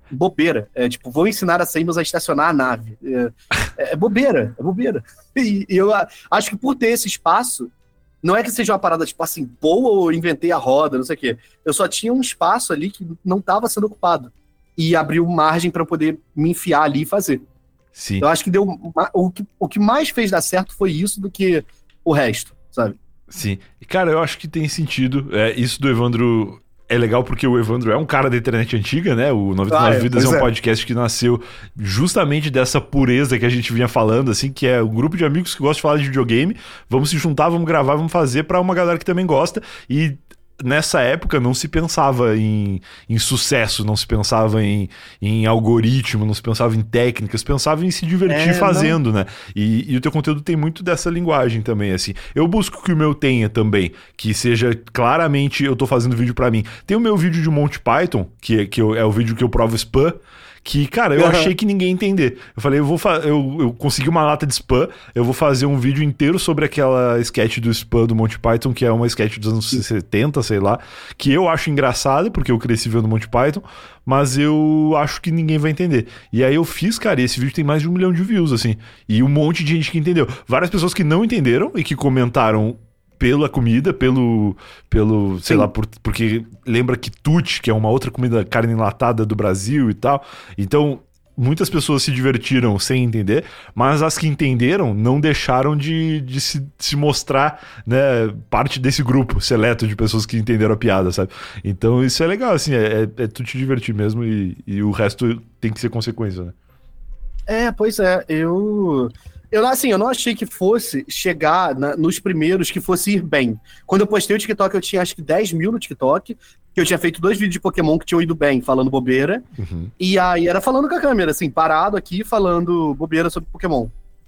bobeira. É tipo, vou ensinar a Samus a estacionar a nave. É, é bobeira, é bobeira. E, e eu acho que por ter esse espaço, não é que seja uma parada tipo assim, pô, ou inventei a roda, não sei o quê. Eu só tinha um espaço ali que não estava sendo ocupado. E abriu margem para poder me enfiar ali e fazer. Sim. Eu acho que deu. O que, o que mais fez dar certo foi isso do que o resto, sabe? Sim. E, cara, eu acho que tem sentido. É, isso do Evandro é legal porque o Evandro é um cara da internet antiga, né? O noventa e nove ah, é, Vidas é um é. podcast que nasceu justamente dessa pureza que a gente vinha falando, assim, que é um grupo de amigos que gostam de falar de videogame. Vamos se juntar, vamos gravar, vamos fazer pra uma galera que também gosta. E nessa época não se pensava em, em sucesso, não se pensava em, em algoritmo, não se pensava em técnicas, se pensava em se divertir É, fazendo, não. né? E, e o teu conteúdo tem muito dessa linguagem também, assim. Eu busco que o meu tenha também, que seja claramente eu tô fazendo vídeo pra mim. Tem o meu vídeo de Monty Python, que, é, que eu, é o vídeo que eu provo spam, que, cara, eu uhum. achei que ninguém ia entender. Eu falei, eu vou fa- eu, eu consegui uma lata de spam, eu vou fazer um vídeo inteiro sobre aquela sketch do spam do Monty Python, que é uma sketch dos anos setenta, sei lá, que eu acho engraçada, porque eu cresci vendo Monty Python, mas eu acho que ninguém vai entender. E aí eu fiz, cara, e esse vídeo tem mais de um milhão de views, assim, e um monte de gente que entendeu. Várias pessoas que não entenderam e que comentaram pela comida, pelo, pelo sei Sim. lá, por, porque lembra quitute, que é uma outra comida, carne enlatada do Brasil e tal. Então, muitas pessoas se divertiram sem entender, mas as que entenderam não deixaram de, de se, se mostrar, né, parte desse grupo seleto de pessoas que entenderam a piada, sabe? Então, isso é legal, assim, é, é, é tu te divertir mesmo e, e o resto tem que ser consequência, né? É, pois é, eu... Eu, assim, eu não achei que fosse chegar na, nos primeiros, que fosse ir bem. Quando eu postei o TikTok, eu tinha acho que dez mil no TikTok, que eu tinha feito dois vídeos de Pokémon que tinham ido bem, falando bobeira. Uhum. E aí era falando com a câmera, assim, parado aqui, falando bobeira sobre Pokémon.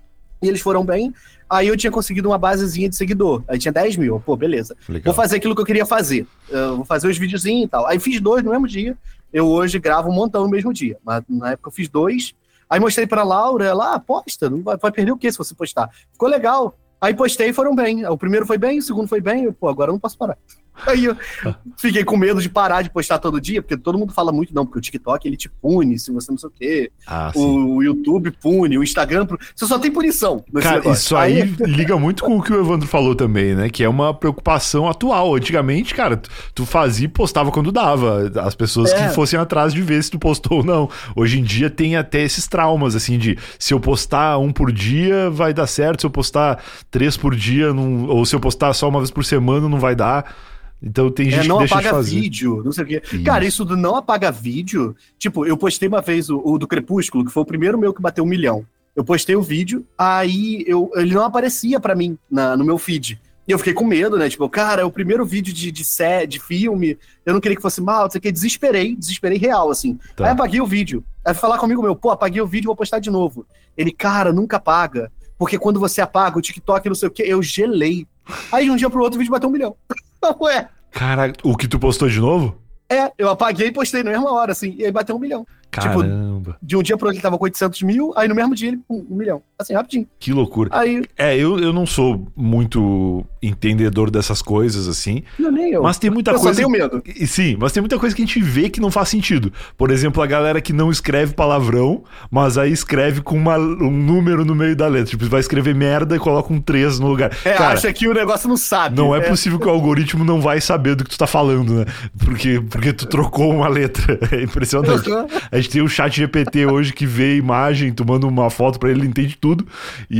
E eles foram bem, aí eu tinha conseguido uma basezinha de seguidor. Aí tinha dez mil, pô, beleza. Legal. Vou fazer aquilo que eu queria fazer. Eu vou fazer os videozinhos e tal. Aí fiz dois no mesmo dia. Eu hoje gravo um montão no mesmo dia. Mas na época eu fiz dois. Aí mostrei pra Laura, ela, ah, posta, não vai, vai perder o quê se você postar? Ficou legal. Aí postei e foram bem. O primeiro foi bem, o segundo foi bem, eu, pô, agora eu não posso parar. Aí eu fiquei com medo de parar de postar todo dia, porque todo mundo fala muito, não, porque o TikTok, ele te pune, se você não sei o quê. Ah, o, o YouTube pune, o Instagram... Você só tem punição nesse Cara, negócio. Isso aí, aí liga muito com o que o Evandro falou também, né? Que é uma preocupação atual. Antigamente, cara, tu, tu fazia e postava quando dava. As pessoas é. que fossem atrás de ver se tu postou ou não. Hoje em dia tem até esses traumas, assim, de se eu postar um por dia, vai dar certo. Se eu postar três por dia, não, ou se eu postar só uma vez por semana, não vai dar. Então tem gente é, não que deixa apaga de fazer. vídeo, não sei o quê. Isso. Cara, isso do não apaga vídeo, tipo, eu postei uma vez o, o do Crepúsculo, que foi o primeiro meu que bateu um milhão. Eu postei o vídeo, aí eu, ele não aparecia pra mim na, no meu feed. E eu fiquei com medo, né? Tipo, cara, é o primeiro vídeo de, de, sé, de filme, eu não queria que fosse mal, não sei o que, desesperei, desesperei real, assim. Tá. Aí apaguei o vídeo. Aí falar comigo, meu, pô, apaguei o vídeo, vou postar de novo. Ele, cara, nunca apaga, porque quando você apaga o TikTok, não sei o que, eu gelei. Aí de um dia pro outro o vídeo bateu um milhão. Ué. Caraca, o que tu postou de novo? É, eu apaguei e postei na mesma hora, assim, e aí bateu um milhão. Caramba. Tipo, de um dia pro outro ele tava com oitocentos mil, aí no mesmo dia ele, um, um milhão. Assim, rapidinho. Que loucura. Aí... É, eu, eu não sou muito entendedor dessas coisas, assim. Não, nem eu. Mas tem muita eu coisa... Eu só tenho medo. Sim, mas tem muita coisa que a gente vê que não faz sentido. Por exemplo, a galera que não escreve palavrão, mas aí escreve com uma, um número no meio da letra. Tipo, vai escrever merda e coloca um três no lugar. É, Cara, acha que o negócio não sabe. Não é, é possível que o algoritmo não vai saber do que tu tá falando, né? Porque, porque tu trocou uma letra. É impressionante. Uhum. A gente tem o chat G P T hoje que vê a imagem, tu manda uma foto pra ele, ele entende tudo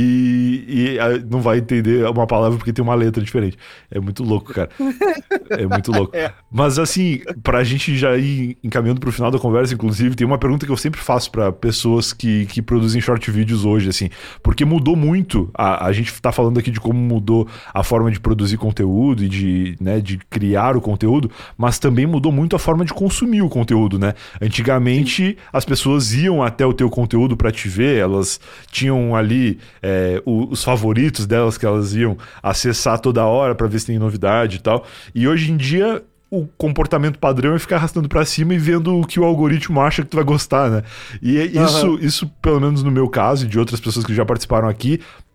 e, e não vai entender uma palavra porque tem uma letra diferente. É muito louco, cara. É muito louco. É. Mas assim, pra gente já ir encaminhando pro final da conversa, inclusive, tem uma pergunta que eu sempre faço pra pessoas que, que produzem short vídeos hoje, assim, porque mudou muito. A, a gente tá falando aqui de como mudou a forma de produzir conteúdo e de, né, de criar o conteúdo, mas também mudou muito a forma de consumir o conteúdo, né? Antigamente, Sim. as pessoas iam até o teu conteúdo pra te ver, elas tinham ali é, o, os favoritos delas que elas iam acessar toda hora pra ver se tem novidade e tal. E hoje em dia o comportamento padrão é ficar arrastando pra cima e vendo o que o algoritmo acha que tu vai gostar, né? E uhum. isso, isso, pelo menos no meu caso e de outras pessoas que já participaram aqui,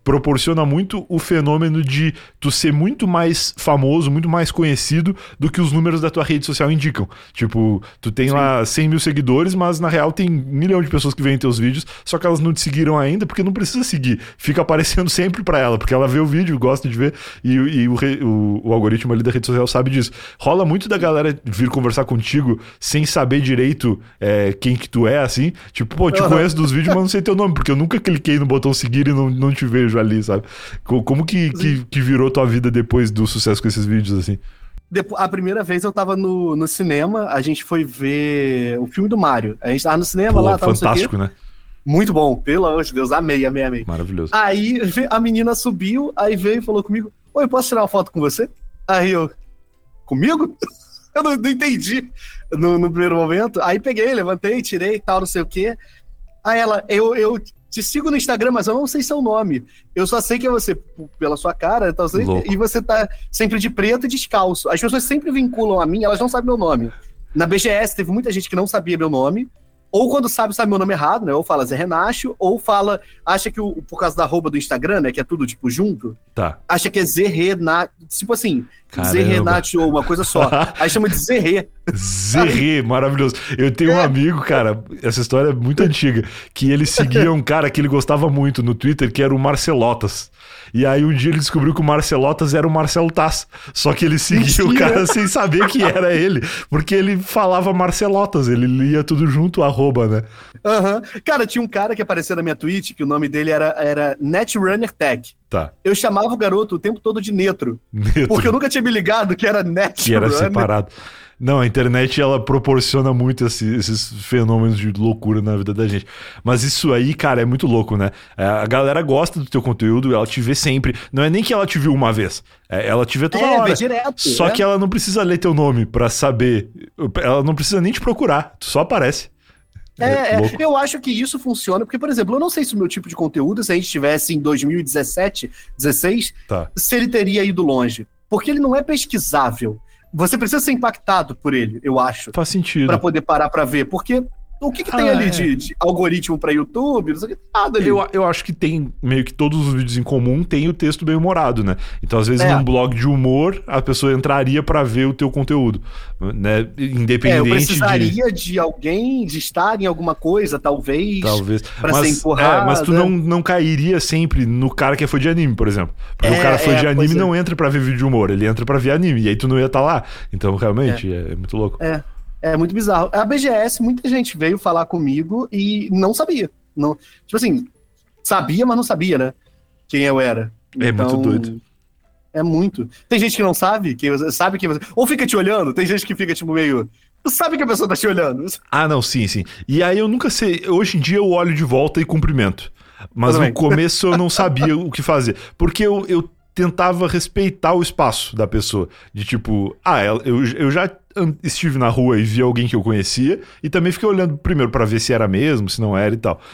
proporciona muito o fenômeno de tu ser muito mais famoso, muito mais conhecido do que os números da tua rede social indicam. Tipo, tu tem Sim. lá cem mil seguidores, mas na real tem um milhão de pessoas que veem teus vídeos, só que elas não te seguiram ainda, porque não precisa seguir. Fica aparecendo sempre pra ela, porque ela vê o vídeo, gosta de ver, e, e o, o, o algoritmo ali da rede social sabe disso. Rola muito da galera vir conversar contigo sem saber direito é, quem que tu é, assim. Tipo, pô, eu te uhum. conheço dos vídeos, mas não sei teu nome, porque eu nunca cliquei no botão seguir e não, não te vejo ali, sabe? Como que, que, que virou tua vida depois do sucesso com esses vídeos, assim? Depois, a primeira vez eu tava no, no cinema, a gente foi ver o filme do Mario. A gente tava no cinema Pô, lá, tava fantástico, né? Muito bom, pelo amor de Deus, amei, amei, amei. Maravilhoso. Aí a menina subiu, aí veio e falou comigo, oi, posso tirar uma foto com você? Aí eu, comigo? Eu não, não entendi no, no primeiro momento. Aí peguei, levantei, tirei e tal, não sei o quê. Aí ela, eu... eu te sigo no Instagram, mas eu não sei seu nome. Eu só sei que é você pela sua cara, então, e você tá sempre de preto e descalço. As pessoas sempre vinculam a mim, elas não sabem meu nome. Na B G S teve muita gente que não sabia meu nome, ou quando sabe, sabe meu nome errado, né? Ou fala Zé Renato, ou fala, acha que o, por causa da arroba do Instagram, né? Que é tudo tipo junto, tá. Acha que é Zé Renato, tipo assim, Zé Renato ou uma coisa só. Aí chama de Zé Rê. Zé Rê, maravilhoso. Eu tenho é. um amigo, cara, essa história é muito antiga, que ele seguia um cara que ele gostava muito no Twitter, que era o Marcelotas. E aí um dia ele descobriu que o Marcelotas era o Marcelo Taz. Só que ele seguia Mentira. o cara sem saber que era ele. Porque ele falava Marcelotas, ele lia tudo junto, arroba, né? Aham. Uhum. Cara, tinha um cara que apareceu na minha Twitch, que o nome dele era, era Netrunner Tech. Tá. Eu chamava o garoto o tempo todo de Netro. Netro. Porque eu nunca tinha me ligado que era Netrunner. Que era separado. Não, a internet, ela proporciona muito esse, esses fenômenos de loucura na vida da gente. Mas isso aí, cara, é muito louco, né? A galera gosta do teu conteúdo, ela te vê sempre. Não é nem que ela te viu uma vez. Ela te vê toda é, hora. Vê direto, só é. que ela não precisa ler teu nome pra saber. Ela não precisa nem te procurar. Tu só aparece. É, é, é, eu acho que isso funciona, porque, por exemplo, eu não sei se o meu tipo de conteúdo, se a gente estivesse em dois mil e dezessete, dezesseis, tá. se ele teria ido longe. Porque ele não é pesquisável. Você precisa ser impactado por ele, eu acho. Faz sentido. Pra poder parar pra ver. Porque o que, que ah, tem ali é. de, de algoritmo pra YouTube? Não sei o que, nada ali. Eu, eu acho que tem, meio que todos os vídeos em comum tem o texto bem humorado, né? Então, às vezes, é. num blog de humor, a pessoa entraria pra ver o teu conteúdo, né? Independente é, eu precisaria de... de alguém, de estar em alguma coisa, talvez. Talvez. Pra mas, ser empurrado. É, mas tu não, não cairia sempre no cara que é fã de anime, por exemplo. Porque é, o cara fã é, de anime é. não entra pra ver vídeo de humor, ele entra pra ver anime, e aí tu não ia estar lá. Então, realmente, é, é muito louco. É. É muito bizarro. A B G S, muita gente veio falar comigo e não sabia. Não, tipo assim, sabia, mas não sabia, né? Quem eu era. É então, muito doido. É muito. Tem gente que não sabe, que sabe que você. Ou fica te olhando, tem gente que fica, tipo, meio. Tu sabe que a pessoa tá te olhando. Ah, não, sim, sim. E aí eu nunca sei. Hoje em dia eu olho de volta e cumprimento. Mas no começo eu não sabia o que fazer. Porque eu, eu tentava respeitar o espaço da pessoa. De tipo, ah, eu, eu já estive na rua e vi alguém que eu conhecia e também fiquei olhando primeiro pra ver se era mesmo, se não era e tal.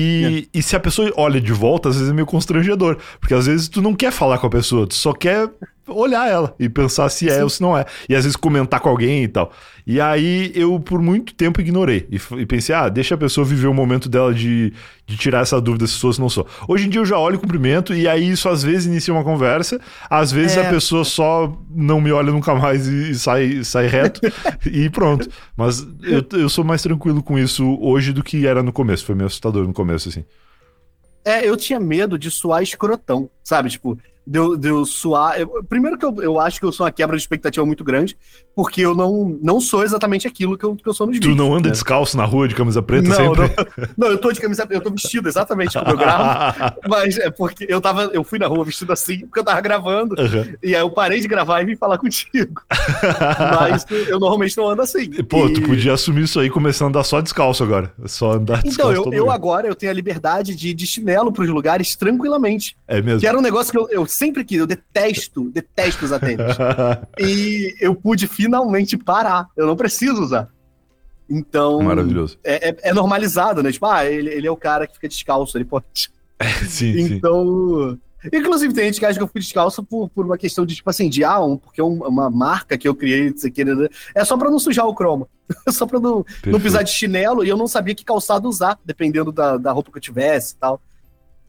E, é. e se a pessoa olha de volta, às vezes é meio constrangedor. Porque às vezes tu não quer falar com a pessoa, tu só quer olhar ela e pensar se é Sim. ou se não é. E às vezes comentar com alguém e tal. E aí eu por muito tempo ignorei. E, e pensei, ah, deixa a pessoa viver o momento dela de, de tirar essa dúvida se sou ou se não sou. Hoje em dia eu já olho o cumprimento e aí isso às vezes inicia uma conversa. Às vezes é. a pessoa só não me olha nunca mais e, e sai, sai reto e pronto. Mas eu, eu sou mais tranquilo com isso hoje do que era no começo. Foi meio assustador no começo, assim. É, eu tinha medo de suar escrotão, sabe? Tipo, de eu, de eu suar... Eu, primeiro que eu, eu acho que eu sou uma quebra de expectativa muito grande, porque eu não, não sou exatamente aquilo que eu, que eu sou nos tu vídeos. Tu não anda né? descalço na rua de camisa preta não, sempre? Não, não, eu tô de camisa eu tô vestido exatamente como eu gravo, mas é porque eu tava, eu fui na rua vestido assim, porque eu tava gravando, uhum. e aí eu parei de gravar e vim falar contigo. Mas eu normalmente não ando assim. Pô, e... tu podia assumir isso aí começando a andar só descalço agora. Só andar descalço. Então, eu, eu agora eu tenho a liberdade de ir de chinelo pros lugares tranquilamente. É mesmo? Que era um negócio que eu, eu sempre quis, eu detesto, detesto usar tênis. E eu pude finalmente parar. Eu não preciso usar. Então. Maravilhoso. É, é, é normalizado, né? Tipo, ah, ele, ele é o cara que fica descalço, ele pode. É, sim, então. Sim. Inclusive, tem gente que acha que eu fui descalço por, por uma questão de, tipo assim, de ah, um, porque é uma marca que eu criei, isso aqui, né? É só pra não sujar o croma. É só pra não, não pisar de chinelo, e eu não sabia que calçado usar, dependendo da, da roupa que eu tivesse e tal.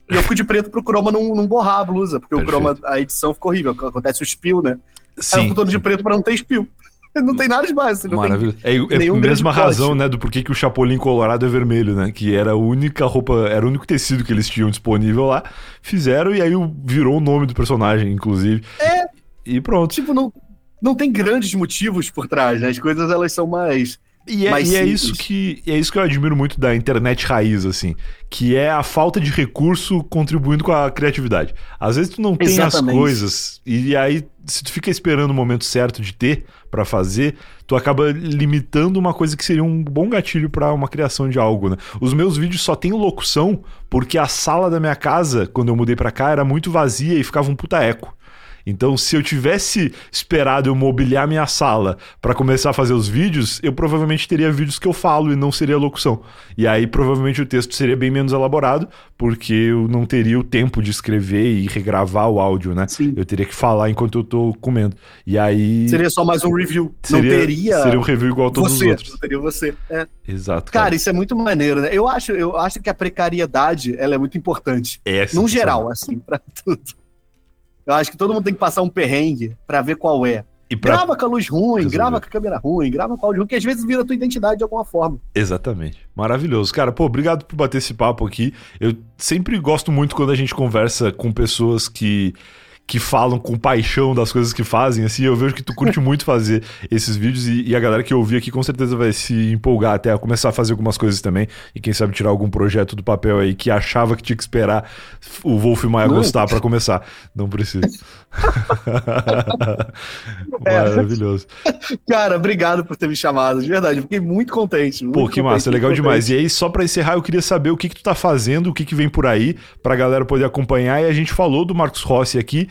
E eu fico de preto pro Chroma não, não borrar a blusa, porque Perfeito. o Chroma, a edição ficou horrível, acontece o spill, né? Sim. Aí eu fico todo de preto pra não ter spill. Não tem nada demais. Não Maravilha. tem É, é a nenhum mesma grande razão, plot. né, do porquê que o Chapolin Colorado é vermelho, né? Que era a única roupa, era o único tecido que eles tinham disponível lá. Fizeram e aí o- virou o nome do personagem, inclusive. É. E pronto. Tipo, não, não tem grandes motivos por trás, né? As coisas, elas são mais... E é, mais e é simples. isso que é isso que eu admiro muito da internet raiz, assim, que é a falta de recurso contribuindo com a criatividade. Às vezes tu não tem Exatamente. as coisas, e aí se tu fica esperando o momento certo de ter pra fazer, tu acaba limitando uma coisa que seria um bom gatilho pra uma criação de algo, né? Os meus vídeos só tem locução porque a sala da minha casa, quando eu mudei pra cá, era muito vazia e ficava um puta eco. Então, se eu tivesse esperado eu mobiliar minha sala pra começar a fazer os vídeos, eu provavelmente teria vídeos que eu falo e não seria locução. E aí, provavelmente, o texto seria bem menos elaborado, porque eu não teria o tempo de escrever e regravar o áudio, né? Sim. Eu teria que falar enquanto eu tô comendo. E aí... Seria só mais um review. seria, não teria seria um review igual a todos você. os outros. Não teria você. É. Exato, cara. Cara, isso é muito maneiro, né? Eu acho, eu acho que a precariedade, ela é muito importante. É Num geral, assim, pra tudo. Eu acho que todo mundo tem que passar um perrengue pra ver qual é. E pra... Grava com a luz ruim, resolver. grava com a câmera ruim, grava com a áudio ruim, que às vezes vira a tua identidade de alguma forma. Exatamente. Maravilhoso. Cara, pô, obrigado por bater esse papo aqui. Eu sempre gosto muito quando a gente conversa com pessoas que, que falam com paixão das coisas que fazem, assim. Eu vejo que tu curte muito fazer esses vídeos e, e a galera que ouvir aqui com certeza vai se empolgar até a começar a fazer algumas coisas também e quem sabe tirar algum projeto do papel aí que achava que tinha que esperar o Wolf Maia Não. gostar pra começar. Não precisa. É. Maravilhoso. Cara, obrigado por ter me chamado, de verdade. Eu fiquei muito contente. Muito Pô, que contente, massa, legal muito demais. contente. E aí, só pra encerrar, eu queria saber o que que tu tá fazendo, o que que vem por aí, pra galera poder acompanhar. E a gente falou do Marcos Rossi aqui,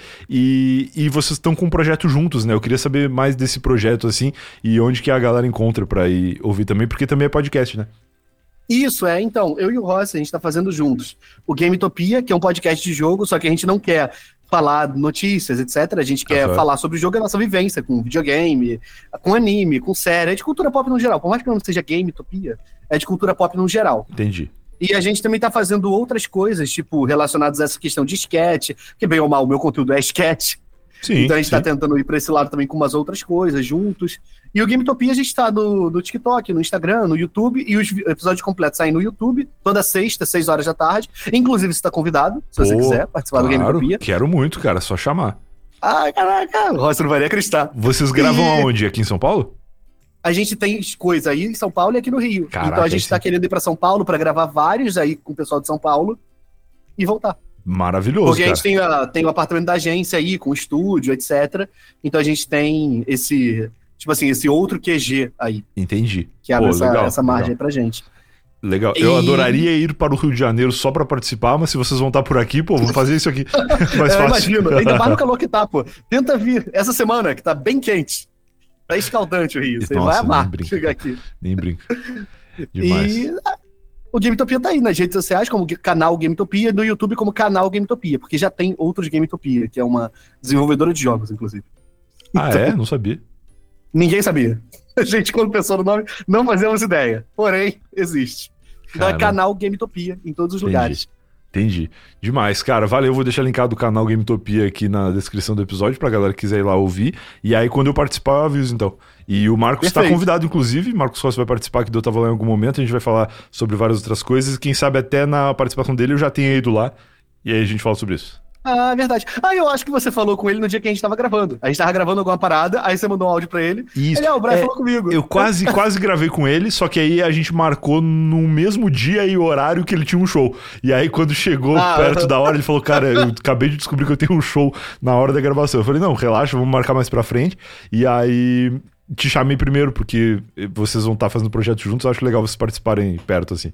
e, e vocês estão com um projeto juntos, né? Eu queria saber mais desse projeto, assim, e onde que a galera encontra pra ir ouvir também, porque também é podcast, né? Isso, é. Então, eu e o Rossi, a gente tá fazendo juntos o Gametopia, que é um podcast de jogo, só que a gente não quer falar notícias, etcétera. A gente quer Aham. falar sobre o jogo e a nossa vivência, com videogame, com anime, com série, é de cultura pop no geral. Por mais que não seja Gametopia, é de cultura pop no geral. Entendi. E a gente também tá fazendo outras coisas, tipo, relacionadas a essa questão de sketch, que bem ou mal, o meu conteúdo é sketch. Sim, Então a gente sim. tá tentando ir pra esse lado também com umas outras coisas juntos. E o Gametopia a gente tá no, no TikTok, no Instagram, no YouTube, e os vi- episódios completos saem no YouTube, toda sexta, seis horas da tarde. Inclusive, você tá convidado, se você Pô, quiser participar do claro, Gametopia. quero muito, cara, só chamar. Ah, caraca, o Rossi não vai nem acreditar. Vocês gravam E- aonde? Aqui em São Paulo? A gente tem coisa aí em São Paulo e aqui no Rio. Caraca, então a gente aí tá sim. querendo ir pra São Paulo pra gravar vários aí com o pessoal de São Paulo e voltar. Maravilhoso, Porque a cara. gente tem, a- tem o apartamento da agência aí, com o estúdio, etcétera. Então a gente tem esse, tipo assim, esse outro Q G aí, Entendi. que abre Pô, essa, legal, essa margem legal. aí pra gente. Legal. Eu E- adoraria ir para o Rio de Janeiro só pra participar, mas se vocês vão estar por aqui, pô, vamos fazer isso aqui. Mais É, fácil. imagino, ainda mais no calor que tá, pô. Tenta vir essa semana, que tá bem quente. Tá escaldante o Rio. Você Nossa, vai amar nem brinca. chegar aqui. Nem brinca. Demais. E ah, o Gametopia tá aí nas redes sociais como canal Gametopia, no YouTube como canal Gametopia, porque já tem outros Gametopia, que é uma desenvolvedora de jogos, inclusive. Ah, é? Não sabia. Ninguém sabia. A gente, quando pensou no nome, não fazíamos ideia. Porém, existe. Então é Cara, canal Gametopia em todos os entendi. lugares. Entendi. Demais, cara. Valeu, vou deixar linkado o canal Gametopia aqui na descrição do episódio pra galera que quiser ir lá ouvir. E aí, quando eu participar, eu aviso, então. E o Marcos tá Perfeito. convidado, inclusive. Marcos Rossi vai participar aqui do Eu Tava Lá em algum momento. A gente vai falar sobre várias outras coisas. Quem sabe até na participação dele eu já tenha ido lá. E aí a gente fala sobre isso. Ah, verdade. Ah, eu acho que você falou com ele no dia que a gente tava gravando. A gente tava gravando alguma parada, aí você mandou um áudio pra ele. Isso. Ele, ah, o Brian É, falou comigo. Eu quase, quase gravei com ele, só que aí a gente marcou no mesmo dia e horário que ele tinha um show. E aí, quando chegou Ah, perto uhum. da hora, ele falou, cara, eu acabei de descobrir que eu tenho um show na hora da gravação. Eu falei, não, relaxa, vamos marcar mais pra frente. E aí, te chamei primeiro, porque vocês vão estar fazendo projeto juntos, eu acho legal vocês participarem perto, assim.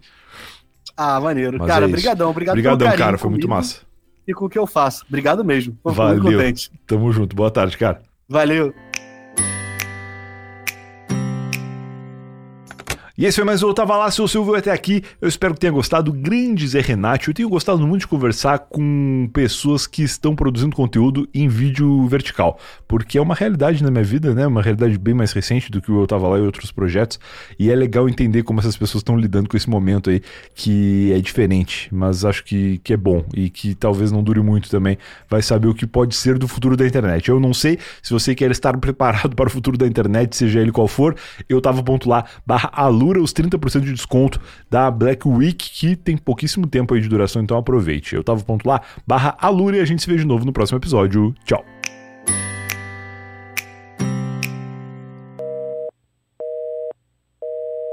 Ah, maneiro. Mas Cara, é isso. brigadão. Obrigado pelo Obrigadão, carinho cara, foi muito comigo massa. E com o que eu faço. Obrigado mesmo. Tô Valeu. muito contente. Tamo junto, boa tarde, cara. Valeu. E esse foi mais um Eu Tava Lá, se você ouviu até aqui, eu espero que tenha gostado. Grande Zé Renato, eu tenho gostado muito de conversar com pessoas que estão produzindo conteúdo em vídeo vertical, porque é uma realidade na minha vida, né, uma realidade bem mais recente do que o Eu Tava Lá e outros projetos, e é legal entender como essas pessoas estão lidando com esse momento aí, que é diferente, mas acho que, que é bom, e que talvez não dure muito também, vai saber o que pode ser do futuro da internet. Eu não sei, se você quer estar preparado para o futuro da internet, seja ele qual for, eu tava.lá barra alura, os trinta por cento de desconto da Black Week, que tem pouquíssimo tempo aí de duração, então aproveite. Eu tava.lá barra alura e a gente se vê de novo no próximo episódio. Tchau!